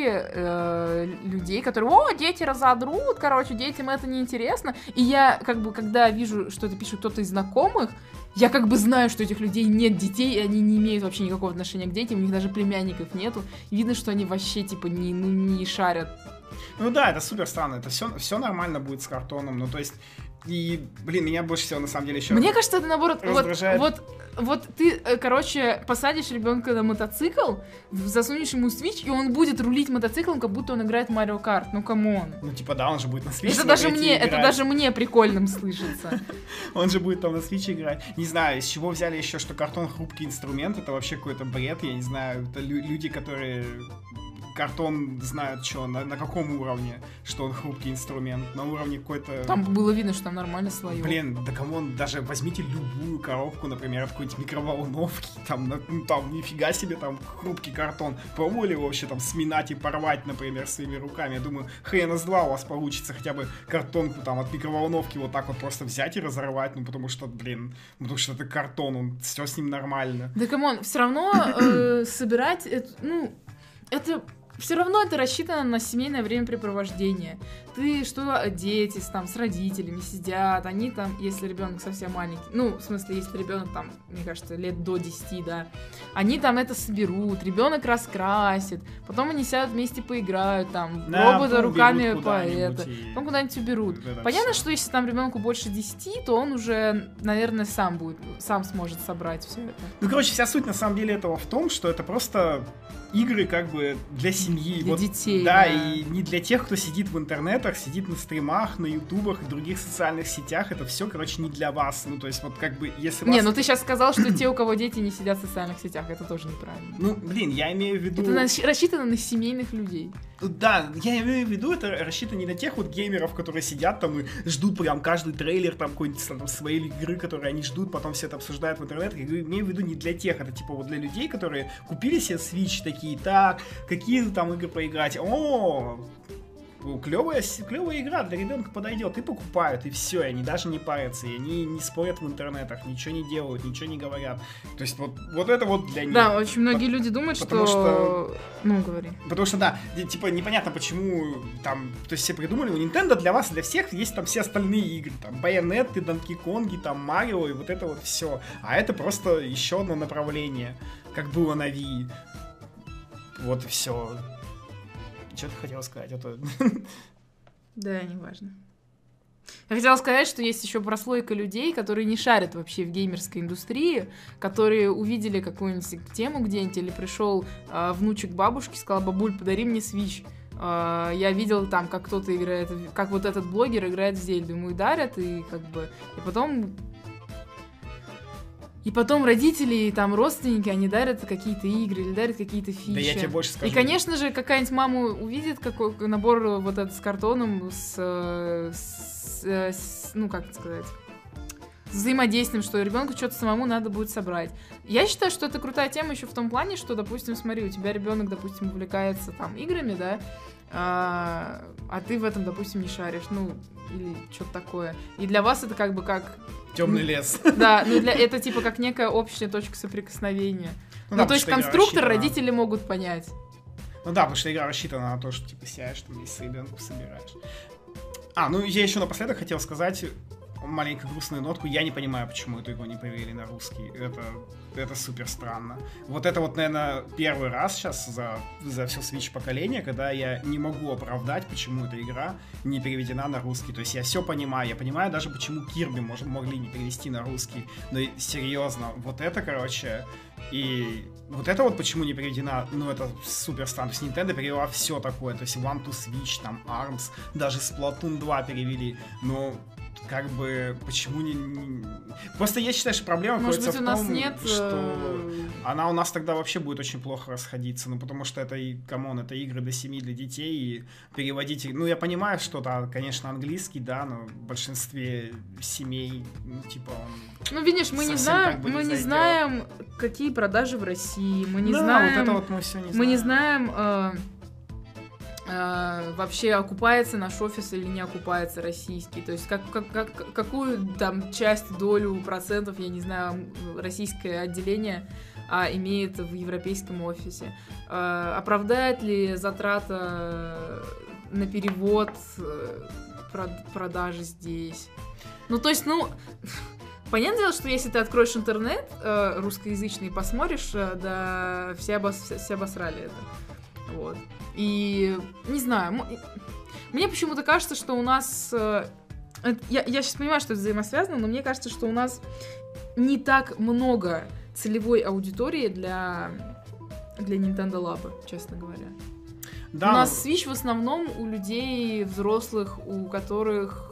комментарии людей, которые: о, дети разодрут, короче, детям это неинтересно. И я, как бы, когда вижу, что это пишет кто-то из знакомых, я как бы знаю, что у этих людей нет детей, и они не имеют вообще никакого отношения к детям, у них даже племянников нету. И видно, что они вообще, типа, не шарят.
Ну да, это супер странно, это все нормально будет с картоном, ну то есть И, блин, меня больше всего, на самом деле, еще
Мне кажется, это, наоборот,
раздражает.
Вот ты, короче, посадишь ребенка на мотоцикл, засунешь ему Switch, и он будет рулить мотоциклом, как будто он играет в Mario Kart. Ну, камон.
Ну, типа, да, он же будет на Switch
Это даже мне прикольным слышится.
Он же будет там на Switch играть. Не знаю, из чего взяли еще, что картон хрупкий инструмент, это вообще какой-то бред, я не знаю. Это люди, которые картон знают, что, на каком уровне, что он хрупкий инструмент, на уровне какой-то...
Там было видно, что там нормально слоёв.
Блин, да камон, даже возьмите любую коробку, например, от какой-нибудь микроволновки, там нифига себе, там хрупкий картон. Пробовали вообще там сминать и порвать, например, своими руками? Я думаю, хрена с два у вас получится хотя бы картонку там от микроволновки вот так вот просто взять и разорвать, ну потому что, блин, потому что это картон, все с ним нормально.
Да камон, все равно собирать, это... Все равно это рассчитано на семейное времяпрепровождение. Ты что, дети там с родителями сидят, они там, если ребенок совсем маленький, ну, в смысле, если ребенок там, мне кажется, лет до 10, да, они там это соберут, ребенок раскрасит, потом они сядут вместе поиграют, там, робота руками по это, потом куда-нибудь уберут. Понятно, что если там ребенку больше 10, то он уже, наверное, сам сможет собрать все это.
Ну, короче, вся суть на самом деле этого в том, что это просто игры как бы для семьи.
Для детей.
Да, и не для тех, кто сидит в интернетах, сидит на стримах, на ютубах и других социальных сетях. Это все, короче, не для вас. Ну, то есть, вот как бы, если вас...
Не, ну ты сейчас сказал, что те, у кого дети не сидят в социальных сетях, это тоже неправильно.
Ну, блин, я имею в виду...
Это рассчитано на семейных людей.
Да, я имею в виду, это рассчитано не на тех вот геймеров, которые сидят там и ждут прям каждый трейлер там какой-нибудь там своей игры, которые они ждут, потом все это обсуждают в интернете. Я имею в виду не для тех, это типа вот для людей, которые купили себе Switch, такие, так, какие там игры поиграть? О, клевая игра, для ребенка подойдет, и покупают, и все, и они даже не парятся, и они не спорят в интернетах, ничего не делают, ничего не говорят. То есть вот это вот для них.
Да, очень многие люди думают, что... Ну, говори.
Потому что, да, типа непонятно, почему там, то есть все придумали, у Nintendo для вас, для всех есть там все остальные игры, там, Байонеты, Донки Конги, там, Марио, и вот это вот все. А это просто еще одно направление, как было на Wii. Вот и все. Что ты хотела сказать? Это...
Да, неважно. Я хотела сказать, что есть еще прослойка людей, которые не шарят вообще в геймерской индустрии, которые увидели какую-нибудь тему где-нибудь, или пришел внучек бабушки, сказал: бабуль, подари мне Switch. Я видел там, как кто-то играет, как вот этот блогер играет в Зельду, ему и дарят, и как бы... И потом родители и там родственники, они дарят какие-то игры или дарят какие-то фичи.
Да я тебе больше скажу.
И, конечно же, какая-нибудь мама увидит какой набор вот этот с картоном, ну, как это сказать, с взаимодействием, что ребенку что-то самому надо будет собрать. Я считаю, что это крутая тема еще в том плане, что, допустим, смотри, у тебя ребенок, допустим, увлекается там играми, да, а ты в этом, допустим, не шаришь, ну, или что-то такое. И для вас это как бы как...
Темный лес.
Да, ну это типа как некая общая точка соприкосновения. Ну то есть конструктор родители могут понять.
Ну да, потому что игра рассчитана на то, что типа сядешь там и с ребенком собираешь. Ну я еще напоследок хотел сказать маленько грустную нотку. Я не понимаю, почему эту игру не перевели на русский. Это супер странно. Вот это вот, наверное, первый раз сейчас за все Switch поколение, когда я не могу оправдать, почему эта игра не переведена на русский. То есть я все понимаю. Я понимаю даже, почему Kirby могли не перевести на русский. Но серьезно, вот это, короче... И вот это вот почему не переведена, ну это супер странно. То есть Nintendo перевела все такое. То есть One to Switch, там ARMS, даже Splatoon 2 перевели. Но... Как бы, почему не... Просто я считаю, что проблема кроется в том,
нет...
что она у нас тогда вообще будет очень плохо расходиться, ну, потому что это, это игры для семьи, для детей, и переводить... Ну, я понимаю, что, да, конечно, английский, да, но в большинстве семей, ну, типа, он...
Ну, видишь, мы не знаем, какие продажи в России, мы не знаем...
вот это вот мы все не знаем.
Мы не знаем... вообще окупается наш офис или не окупается российский, то есть какую там часть, долю процентов, я не знаю, российское отделение имеет в европейском офисе, оправдает ли затрата на перевод продажи здесь, ну то есть, ну... Понятное дело, что если ты откроешь интернет русскоязычный и посмотришь, да, все обосрали это. Вот. И не знаю, мне почему-то кажется, что у нас Я сейчас понимаю, что это взаимосвязано, но мне кажется, что у нас не так много целевой аудитории для Nintendo Labo, честно говоря.
Да,
у нас Switch в основном у людей взрослых, у которых...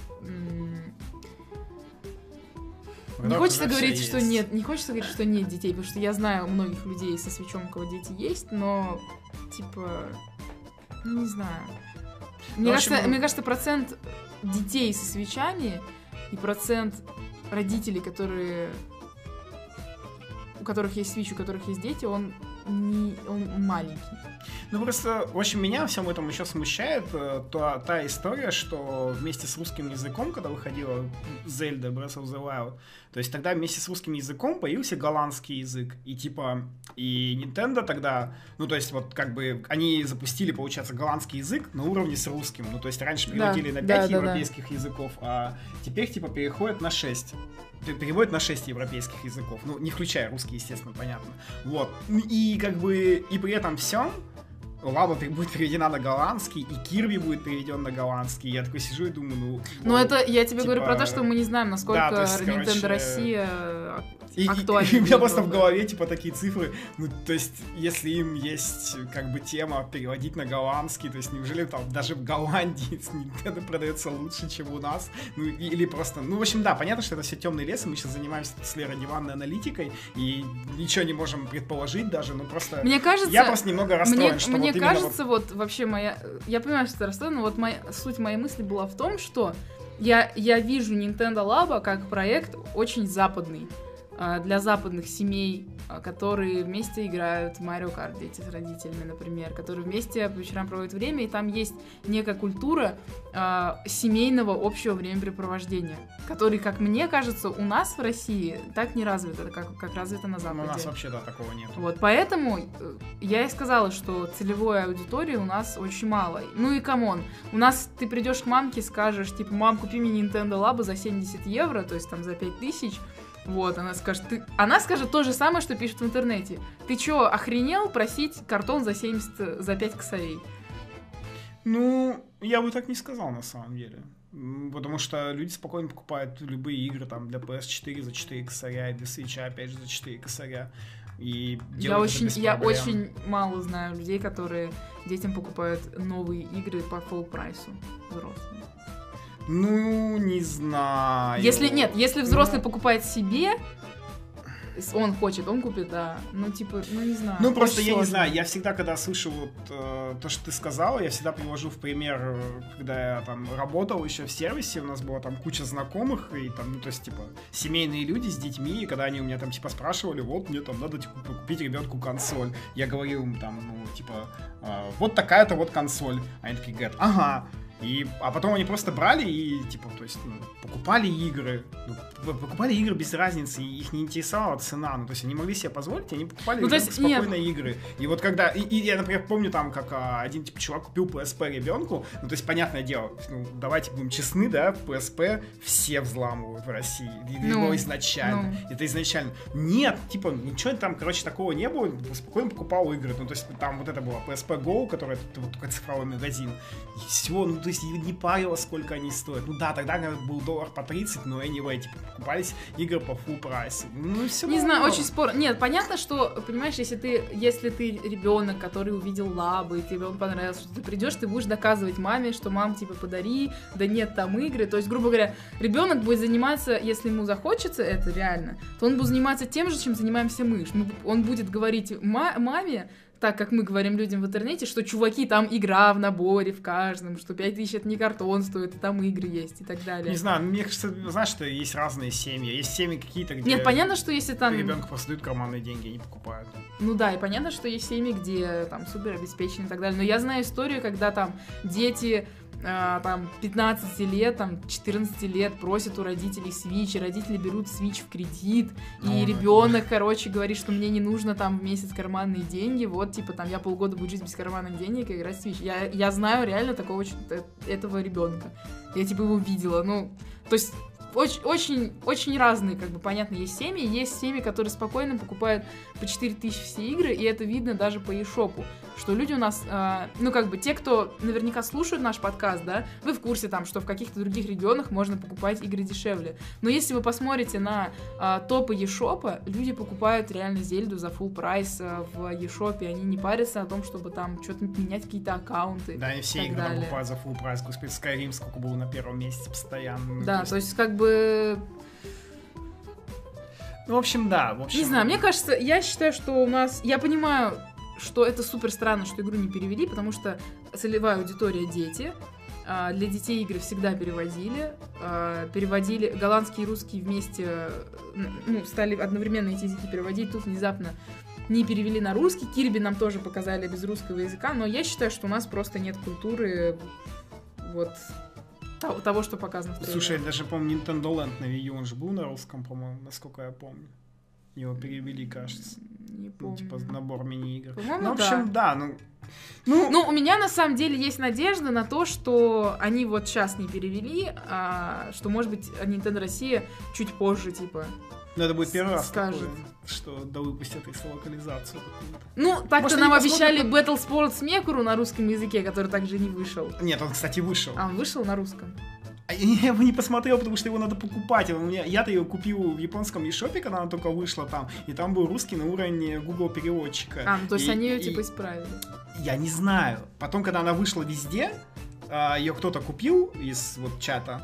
Не хочется говорить, что нет, не хочется говорить, что нет детей, потому что я знаю многих людей со свечом, у кого дети есть, но типа, не знаю. Мне кажется, процент детей со свечами и процент родителей, у которых есть Switch, у которых есть дети, он маленький.
Ну, просто, в общем, меня во всем этом еще смущает та история, что вместе с русским языком, когда выходила Zelda Breath of the Wild, то есть тогда вместе с русским языком появился голландский язык, и типа, и Nintendo тогда, ну, то есть вот как бы они запустили, получается, голландский язык на уровне с русским, ну, то есть раньше переводили на 5 европейских языков, а теперь, типа, переходят на 6. Переводят на 6 европейских языков, ну, не включая русский, естественно, понятно. Вот, и как бы, и при этом всем Лаба будет переведена на голландский, и Кирби будет переведен на голландский. Я такой сижу и думаю,
ну это я тебе говорю про то, что мы не знаем, насколько Nintendo Россия актуальна.
И у меня просто в голове, типа, такие цифры. Ну, то есть, если им есть, как бы, тема переводить на голландский, то есть, неужели там даже в Голландии Nintendo продается лучше, чем у нас? Ну, или просто... Ну, в общем, да, понятно, что это все темный лес, и мы сейчас занимаемся с Лерой диванной аналитикой, и ничего не можем предположить даже, ну, просто...
Мне кажется...
Я просто немного расстроен, что
мне кажется, вот вообще моя... Я понимаю, что ты расстроен, но вот суть моей мысли была в том, что я вижу Nintendo Labo как проект очень западный. Для западных семей, которые вместе играют в Mario Kart, дети с родителями, например, которые вместе по вечерам проводят время, и там есть некая культура семейного общего времяпрепровождения, который, как мне кажется, у нас в России так не развито, как развито на Западе.
У нас вообще, да, такого нет.
Вот, поэтому я и сказала, что целевой аудитории у нас очень мало. Ну и камон, у нас ты придешь к мамке, скажешь, типа, мам, купи мне Nintendo Labo за 70 евро, то есть там за 5000. Вот, она скажет то же самое, что пишет в интернете. Ты чё, охренел просить картон за 5 косарей?
Ну, я бы так не сказал, на самом деле. Потому что люди спокойно покупают любые игры там для PS4 за 4 косаря, и для Switch, опять же, за 4 косаря. И я
очень мало знаю людей, которые детям покупают новые игры по full прайсу взрослым.
Ну, не знаю.
Если взрослый покупает себе, он хочет, он купит, да. Ну, типа, ну, не знаю.
Ну, просто я не знаю, я всегда, когда слышу вот то, что ты сказала, я всегда привожу в пример, когда я там работал еще в сервисе, у нас была там куча знакомых, и там, ну, то есть, типа, семейные люди с детьми, и когда они у меня там, типа, спрашивали, вот, мне там надо, типа, купить ребенку консоль. Я говорил им там, ну, типа, вот такая-то вот консоль. Они такие говорят, ага. А потом они просто брали и, типа, то есть, ну, покупали игры без разницы, их не интересовала цена, ну, то есть, они могли себе позволить, они покупали спокойно игры. И вот когда, и я, например, помню там, как один, типа, чувак купил PSP ребенку, ну, то есть, понятное дело, ну, давайте будем честны, да, PSP все взламывают в России, его изначально, это изначально. Нет, типа, ничего там, короче, такого не было, спокойно покупал игры, ну, то есть, там вот это было PSP Go, который, вот, такой цифровой магазин, и всего, ну, то есть, не парило, сколько они стоят. Ну да, тогда был доллар по 30, но anyway, типа, покупались игры по full прайсу. Ну, все
не знаю, очень спорно. Нет, понятно, что, понимаешь, если ты ребенок, который увидел лабы, и тебе он понравился, что ты придешь, ты будешь доказывать маме, что мам, типа, подари, да нет там игры. То есть, грубо говоря, ребенок будет заниматься, если ему захочется это реально, то он будет заниматься тем же, чем занимаемся мы. Он будет говорить маме, так как мы говорим людям в интернете, что, чуваки, там игра в наборе в каждом, что 5000 это не картон стоит, и там игры есть, и так далее.
Не знаю, мне кажется, знаешь, что есть разные семьи. Есть семьи какие-то, где...
Нет, понятно, что если там...
ребенку просто дают карманные деньги, они покупают.
Ну да, и понятно, что есть семьи, где там супер обеспечены и так далее. Но я знаю историю, когда там дети... там 15 лет, там 14 лет просят у родителей Switch, и родители берут Switch в кредит, и ребенок, короче, говорит, что мне не нужно там в месяц карманные деньги, вот, типа, там, я полгода буду жить без карманных денег и играть в Switch. Я знаю реально такого этого ребенка. Я, типа, его видела, ну, то есть очень, очень разные, как бы, понятно, есть семьи, которые спокойно покупают по 4000 все игры, и это видно даже по eShop. что люди у нас, ну, как бы, те, кто наверняка слушают наш подкаст, да, вы в курсе там, что в каких-то других регионах можно покупать игры дешевле. Но если вы посмотрите на топы eShop, люди покупают реально Зельду за full прайс в eShop, они не парятся о том, чтобы там что-то менять какие-то аккаунты.
Да, и все игры там покупают за full прайс. Господи, Skyrim сколько было на первом месте постоянно.
Да, то есть как бы...
Ну, в общем, да. В общем...
Не знаю, мне кажется, я считаю, что у нас... Я понимаю, что это супер странно, что игру не перевели, потому что целевая аудитория — дети. Для детей игры всегда переводили. Переводили голландский и русский вместе, ну, стали одновременно эти языки переводить. Тут внезапно не перевели на русский. Кирби нам тоже показали без русского языка, но я считаю, что у нас просто нет культуры вот того, что показано в трейлере.
Слушай, я даже помню, Nintendo Land на Wii U, он же был на русском, по-моему, насколько я помню. Его перевели, кажется.
Не помню.
Ну, типа набор мини-игр.
По-моему,
ну, в общем, да,
Ну, у меня на самом деле есть надежда на то, что они вот сейчас не перевели, что, может быть, Nintendo Россия чуть позже, типа...
Ну, это будет первый раз
скажет.
такое, что да выпустят их локализацию какую-то.
Ну, так-то
может,
нам
они
обещали Battle Sports Mekuru на русском языке, который также не вышел.
Нет, он, кстати, вышел.
А, он вышел на русском?
Я его не посмотрел, потому что его надо покупать. Я-то его купил в японском eShop, когда она только вышла там, и там был русский на уровне Google переводчика.
Ну то есть они ее типа исправили.
Я не знаю. Потом, когда она вышла везде, ее кто-то купил из вот чата,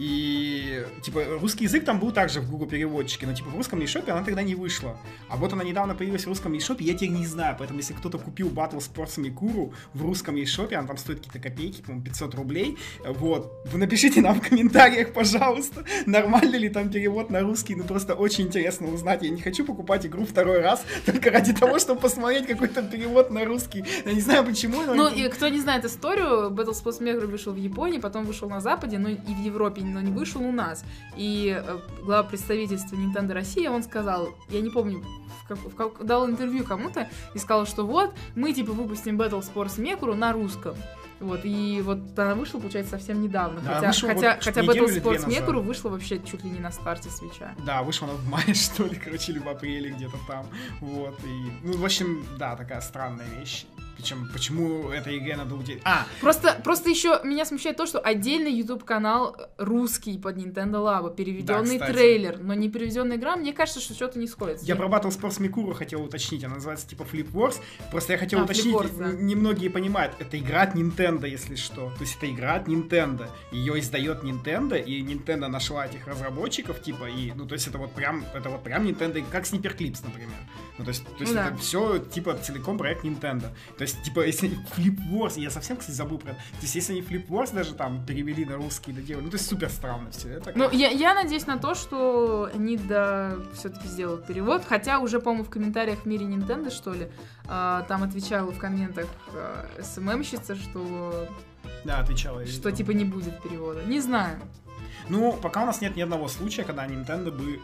и типа русский язык там был также в Google переводчике, но типа в русском eShop она тогда не вышла. А вот она недавно появилась в русском eShop, я теперь не знаю, поэтому если кто-то купил Battle Sports Mekuru в русском eShop, она там стоит какие-то копейки, по-моему, 500 рублей, вот, вы напишите нам в комментариях, пожалуйста, нормально ли там перевод на русский, ну просто очень интересно узнать, я не хочу покупать игру второй раз только ради того, чтобы посмотреть какой-то перевод на русский, я не знаю почему.
Ну и кто не знает историю, Battle Sports Mekuru вышел в Японии, потом вышел на Западе, но и в Европе, но не вышел у нас. И глава представительства Nintendo России, он сказал, я не помню, дал интервью кому-то и сказал, что вот, мы типа выпустим Battle Sports Mekuru на русском. Вот, и вот она вышла, получается, совсем недавно.
Да,
хотя Battle Sports Mekuru вышла вообще чуть ли не на старте свитча.
Да, вышла она в мае, что ли, короче, или в апреле где-то там. Вот, и, ну, в общем, да, такая странная вещь. Причем, почему этой игре надо уделить?
Просто еще меня смущает то, что отдельный YouTube-канал русский под Nintendo Labo, переведенный трейлер, но не переведенная игра, мне кажется, что что-то не сходится.
Я про Battle Sports Mekuru хотел уточнить, она называется типа Flip Wars, просто я хотел уточнить, немногие понимают, это игра от Nintendo, если что, то есть это игра от Nintendo, ее издает Nintendo, и Nintendo нашла этих разработчиков, типа, и, ну, то есть это вот прям Nintendo, как Sniper Clips, например. Ну, то есть это все, типа, целиком проект Nintendo. То есть, типа, если Flip Wars, я совсем, кстати, забыл про это, то есть, если они Flip Wars даже там перевели на русский, доделали, ну, то есть, супер странно все это.
Ну, я надеюсь на то, что они, да, все-таки сделают перевод, хотя уже, по-моему, в комментариях в мире Nintendo, что ли, там отвечала в комментах СММщица, что...
Да, отвечала.
Что, типа, не будет перевода. Не знаю.
Ну, пока у нас нет ни одного случая, когда Nintendo бы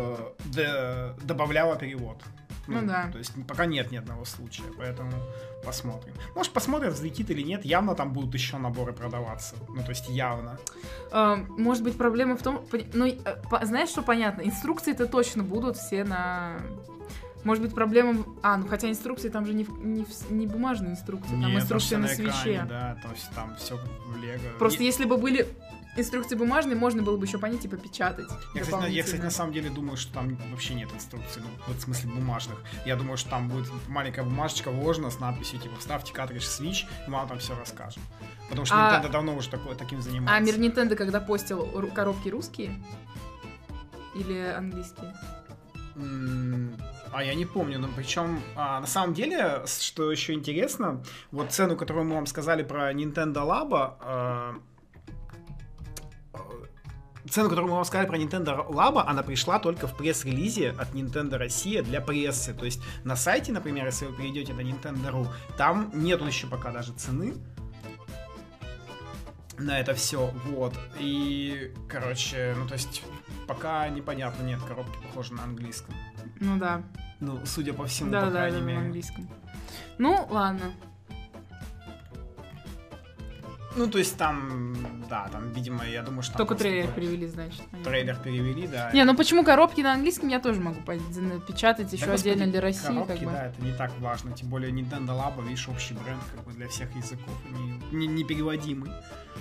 добавляла перевод.
Ну да.
То есть пока нет ни одного случая, поэтому посмотрим. Может, посмотрим, взлетит или нет. Явно там будут еще наборы продаваться. Ну, то есть явно.
Может быть, проблема в том... Ну, знаешь, что понятно? Инструкции-то точно будут все на... Может быть, проблема... ну хотя инструкции там же не бумажные инструкции, там инструкции на свитче.
Да, то есть там все в лего.
Просто если бы были... Инструкции бумажные, можно было бы еще по ней, типа, печатать.
Я, кстати, на самом деле думаю, что там вообще нет инструкций, ну, вот в смысле бумажных. Я думаю, что там будет маленькая бумажечка вложена с надписью, типа, вставьте картридж Switch, и вам там все расскажут. Потому что Nintendo давно уже таким занимается.
А мир Nintendo когда постил коробки русские? Или английские?
Я не помню, но причем, на самом деле, что еще интересно, вот цену, которую мы вам сказали про Nintendo Labo, цену, которую мы вам сказали про Nintendo Labo, она пришла только в пресс-релизе от Nintendo Россия для прессы. То есть на сайте, например, если вы перейдете на Nintendo.ru, там нету еще пока даже цены на это все. Вот. И, короче, ну то есть пока непонятно, нет, коробки похожи на английском.
Ну да.
Ну, судя по всему, по крайней мере.
На английском. Ну, ладно.
Ну, то есть там, да, там, видимо, я думаю, что...
Только трейлер перевели, значит.
Трейлер перевели, да.
Не, ну почему коробки на английском я тоже могу напечатать еще
Да,
отдельно
господи,
для России,
коробки,
как бы.
да, это не так важно. Тем более Nintendo Labo, видишь, общий бренд как бы для всех языков, непереводимый.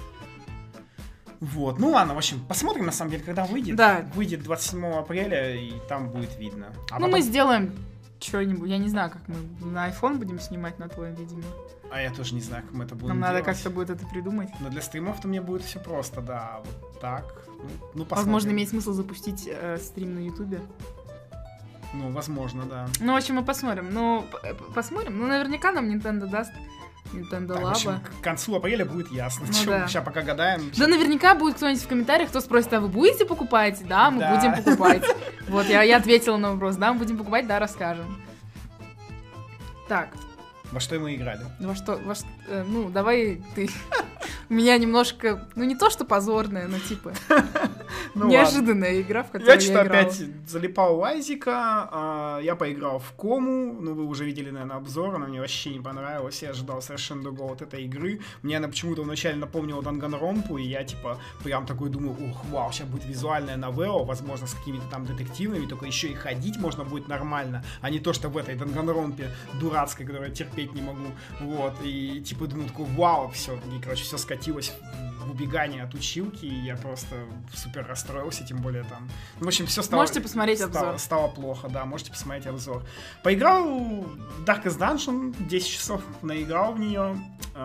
Вот, ну ладно, в общем, посмотрим, на самом деле, когда выйдет.
Да.
Выйдет 27 апреля, и там будет видно. А
ну,
потом...
мы сделаем что-нибудь, я не знаю, как мы на iPhone будем снимать на твоем, видимо.
А я тоже не знаю, как мы это будем
Нам
делать.
надо как-то будет это придумать.
Но для стримов-то мне будет все просто, да, вот так. Ну, посмотрим.
Возможно, имеет смысл запустить стрим на Ютубе.
Ну, возможно, да.
Ну, в общем, мы посмотрим. Ну, посмотрим. Ну, наверняка нам Nintendo даст. Nintendo
Так,
Labo.
в общем, к концу апреля будет ясно.
Ну,
Чё,
да.
Сейчас пока гадаем.
Да, наверняка будет кто-нибудь в комментариях, кто спросит, а вы будете покупать? Да, мы
Да.
будем покупать. Вот, я ответила на вопрос. Да, мы будем покупать, да, расскажем. Так,
Во что мы играли?
ну, давай ты. У меня немножко, ну, не то, что позорная, но, типа,
Ну,
неожиданная игра, в которую
я что-то
я играла.
опять залипал в Айзека, я поиграл в Кому, ну вы уже видели, наверное, обзор, она мне вообще не понравилась, я ожидал совершенно другого от этой игры, мне она почему-то вначале напомнила Данганронпу, и я типа прям такой думаю, ух, вау, сейчас будет визуальная новелла, возможно, с какими-то там детективами, только еще и ходить можно будет нормально, а не то, что в этой Данганронпе дурацкой, которую я терпеть не могу, вот, и типа думаю, такой, вау, все, и, короче, все скатилось в убегание от училки, и я просто супер расстроился, тем более там. В общем, все стало...
Можете посмотреть обзор.
Стало плохо, да, можете посмотреть обзор. Поиграл в Darkest Dungeon, 10 часов наиграл в нее.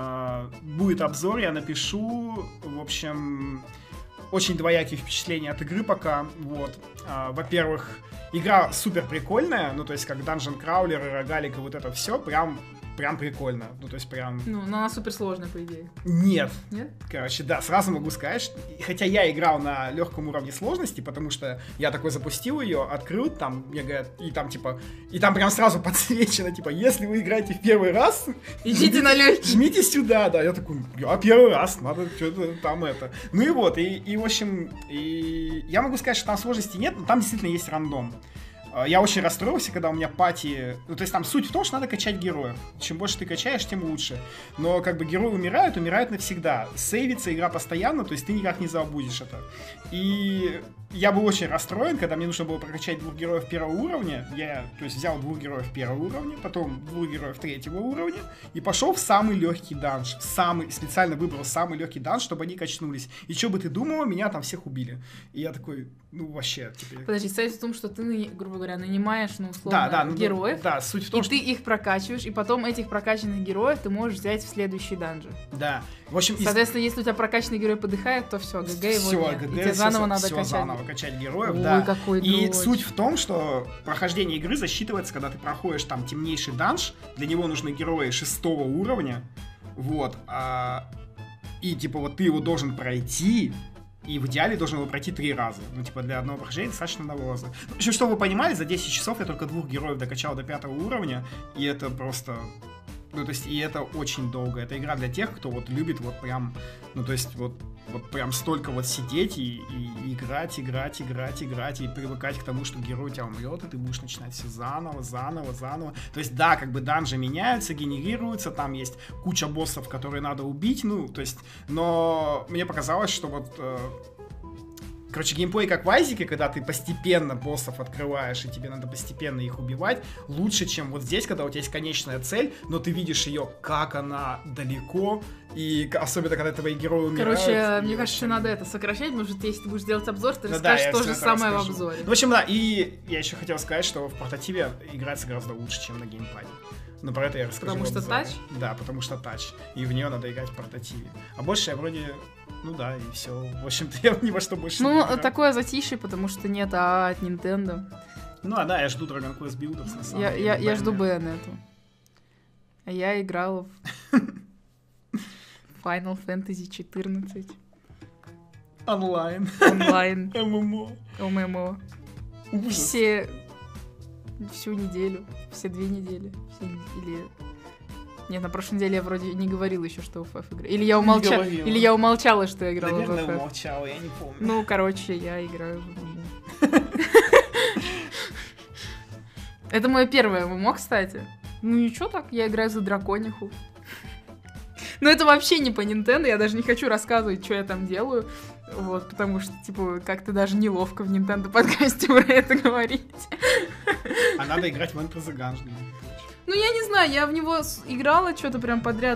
Будет обзор, я напишу. В общем, очень двоякие впечатления от игры пока. Вот. Во-первых, игра супер прикольная, ну, то есть, как Dungeon Crawler и рогалик и вот это все, прям прикольно. Ну, то есть, прям...
Ну, но она суперсложная, по идее.
Нет.
Нет?
Короче, да, сразу могу сказать, что... хотя я играл на легком уровне сложности, потому что я такой запустил ее, открыл, там, мне говорят, и там, типа, и там прям сразу подсвечено, типа, если вы играете в первый раз...
Идите на легкий.
Жмите сюда, да. Я такой, я первый раз, надо что-то там это. Ну и вот, и в общем, и я могу сказать, что там сложности нет, но там действительно есть рандом. Я очень расстроился, когда у меня пати... Ну, то есть там суть в том, что надо качать героев. Чем больше ты качаешь, тем лучше. Но как бы герои умирают навсегда. Сейвится игра постоянно, то есть ты никак не забудешь это. И я был очень расстроен, когда мне нужно было прокачать 2 героев 1 уровня. Я, то есть, взял 2 героев 1 уровня, потом 2 героев 3 уровня и пошел в самый легкий данж. Специально выбрал самый легкий данж, чтобы они качнулись. И что бы ты думала, меня там всех убили. И я такой, ну вообще, типа...
Подожди, суть в том, что ты, грубо говоря, нанимаешь, ну, условно, героев.
Да, суть в том,
и ты их прокачиваешь, и потом этих прокачанных героев ты можешь взять в следующий данжи.
Да. В общем,
соответственно, если у тебя прокачанный герой подыхает, то все, ГГ его нет. И тебе заново надо качать.
Заново качать героев,
Ой,
да.
какой
И
дрочь.
суть в том, что прохождение игры засчитывается, когда ты проходишь там темнейший данж, для него нужны герои 6 уровня, вот, и типа вот ты его должен пройти, и в идеале должен его пройти 3 раза. Ну, типа, для одного прохождения достаточно навоза. В общем, чтобы вы понимали, за 10 часов я только 2 героев докачал до 5 уровня, и это просто... Ну, то есть, и это очень долго. Это игра для тех, кто вот любит вот прям, ну, то есть, вот прям столько вот сидеть и играть, и привыкать к тому, что герой у тебя умрет, и ты будешь начинать все заново. То есть, да, как бы данжи меняются, генерируются, там есть куча боссов, которые надо убить, ну, то есть, но мне показалось, что вот... Короче, геймплей как в Айзеке, когда ты постепенно боссов открываешь, и тебе надо постепенно их убивать, лучше, чем вот здесь, когда у тебя есть конечная цель, но ты видишь ее, как она далеко, и особенно, когда твои герои умирают.
Короче, мне кажется, надо это сокращать, потому что если ты будешь делать обзор, ты
да,
расскажешь
да,
то же самое
расскажу.
в обзоре.
Ну, в общем, да, и я еще хотел сказать, что в портативе играется гораздо лучше, чем на геймпаде. Но про это я расскажу.
Потому что тач?
Да, потому что тач. И в нее надо играть в портативе. А больше я вроде... Ну да, и все. В общем-то, я ни во что больше не играю.
Ну, такое затишье, потому что нет от Nintendo.
Ну, а да, я жду Dragon Quest Builders, на самом деле.
Я жду Bayonetta. А я играла в Final Fantasy 14.
Онлайн.
Онлайн.
ММО.
Ужас. Всю неделю. Все 2 недели. Или... Нет, на прошлой неделе я вроде не говорил еще, что в FF играю. Или я умолчала, что я играла в FF.
Наверное, умолчала, я не помню.
Ну, короче, я играю в ММО. Это мое первое ММО, кстати. Ну ничего так, я играю за дракониху. Но это вообще не по Nintendo, я даже не хочу рассказывать, что я там делаю. Вот, потому что, типа, как-то даже неловко в Nintendo подкасте про это говорить.
А надо играть в Enter the Gungeon.
Ну, я не знаю, я в него играла что-то прям подряд.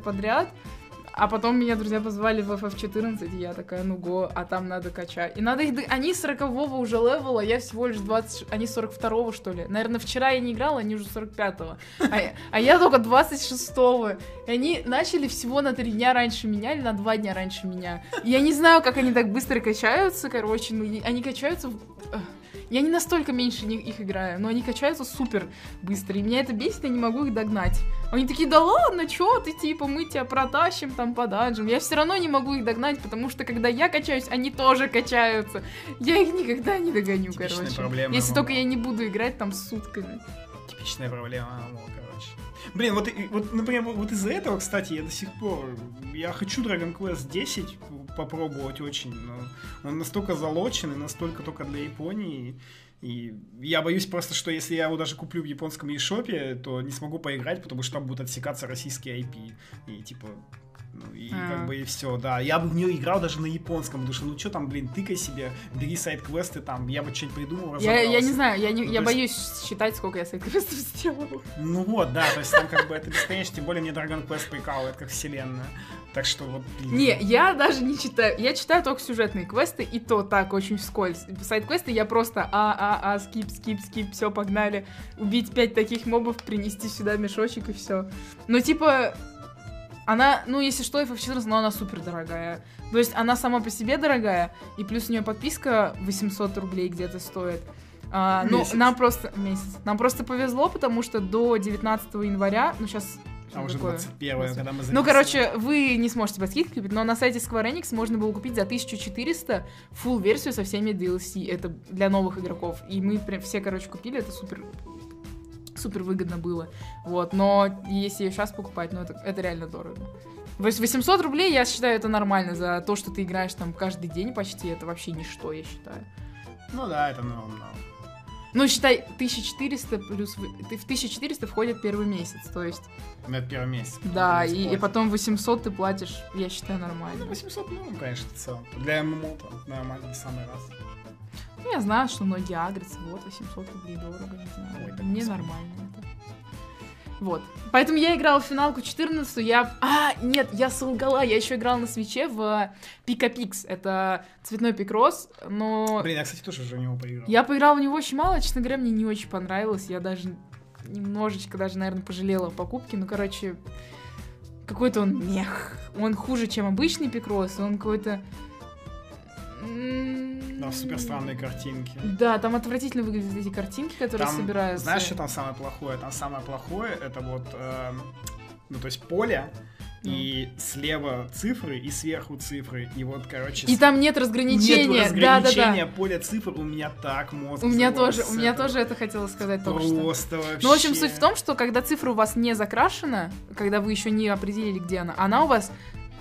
А потом меня друзья позвали в FF14, и я такая, ну го, а там надо качать. И надо их... Они 40-го уже левела, я всего лишь 20... Они 42-го, что ли? Наверное, вчера я не играла, они уже 45-го. А я только 26-го. И они начали всего на 3 дня раньше меня или на 2 дня раньше меня. И я не знаю, как они так быстро качаются, короче. Ну, они качаются... Я не настолько меньше их играю, но они качаются супер быстро, и меня это бесит, я не могу их догнать. Они такие, да ладно, чё ты, типа, мы тебя протащим там по данжам. Я все равно не могу их догнать, потому что когда я качаюсь, они тоже качаются. Я их никогда не догоню,
Типичная
короче.
проблема,
если только я не буду играть там сутками.
Типичная проблема, короче. Блин, вот, например, вот из-за этого, кстати, я до сих пор... Я хочу Dragon Quest 10 попробовать очень, но он настолько залочен и настолько только для Японии. И я боюсь просто, что если я его даже куплю в японском eShop, то не смогу поиграть, потому что там будут отсекаться российские IP. И типа... Ну, и как бы и все, да. Я бы в нее играл даже на японском, потому что, ну что там, блин, тыкай себе, бери сайд-квесты там, я бы что-нибудь придумал, разобрался.
Я не знаю, я
есть...
боюсь считать, сколько я сайд-квестов сделал.
Ну вот, да, то есть там как бы это бесконечно, тем более мне Dragon Quest прикалывает, как вселенная. Так что вот... Блин.
Не, я даже не читаю, я читаю только сюжетные квесты, и то так, очень вскользь. Сайд-квесты я просто скип, все, погнали. Убить 5 таких мобов, принести сюда мешочек и все. Но типа... Она, ну, если что, FF14, но она супер дорогая. То есть она сама по себе дорогая, и плюс у нее подписка 800 рублей где-то стоит. Ну, нам просто повезло, потому что до 19 января, ну, сейчас...
А уже 21-е, когда мы записываем.
Ну, короче, вы не сможете под скидкой купить, но на сайте Square Enix можно было купить за 1400 full версию со всеми DLC. Это для новых игроков. И мы прям все, короче, купили, это супер выгодно было. Вот, но если ее сейчас покупать, ну, это реально дорого. 800 рублей, я считаю, это нормально за то, что ты играешь там каждый день почти. Это вообще ничто, я считаю.
Ну да, это много.
Ну, считай, 1400 плюс... В 1400 входит первый месяц, то есть...
Ну, это первый месяц.
Да, и потом 800 ты платишь, я считаю, нормально.
800, ну, конечно, в целом. Для ММО-то нормально, в самый раз.
Ну, я знаю, что многие агрятся, вот, 800 рублей дорого, не знаю.
Ой,
мне нормально это. Вот. Поэтому я играла в финалку 14, нет, я солгала, я еще играла на свитче в Пика-Пикс, это цветной пикрос, но...
Блин, я, кстати, тоже уже в него поиграл.
Я поиграла в него очень мало, честно говоря, мне не очень понравилось, я даже немножечко даже, наверное, пожалела о покупке, ну, короче, какой-то он мех, он хуже, чем обычный пикрос, он какой-то...
Да, супер странные картинки.
Да, там отвратительно выглядят эти картинки, которые
там,
собираются.
Знаешь, что там самое плохое? Там самое плохое это вот, ну, то есть поле, и слева цифры, и сверху цифры, и вот, короче...
И там нет разграничения.
Нет разграничения поля цифр, у меня так мозг
у меня тоже это хотела сказать только что.
Просто вообще...
Ну, в общем, суть в том, что когда цифра у вас не закрашена, когда вы еще не определили, где она у вас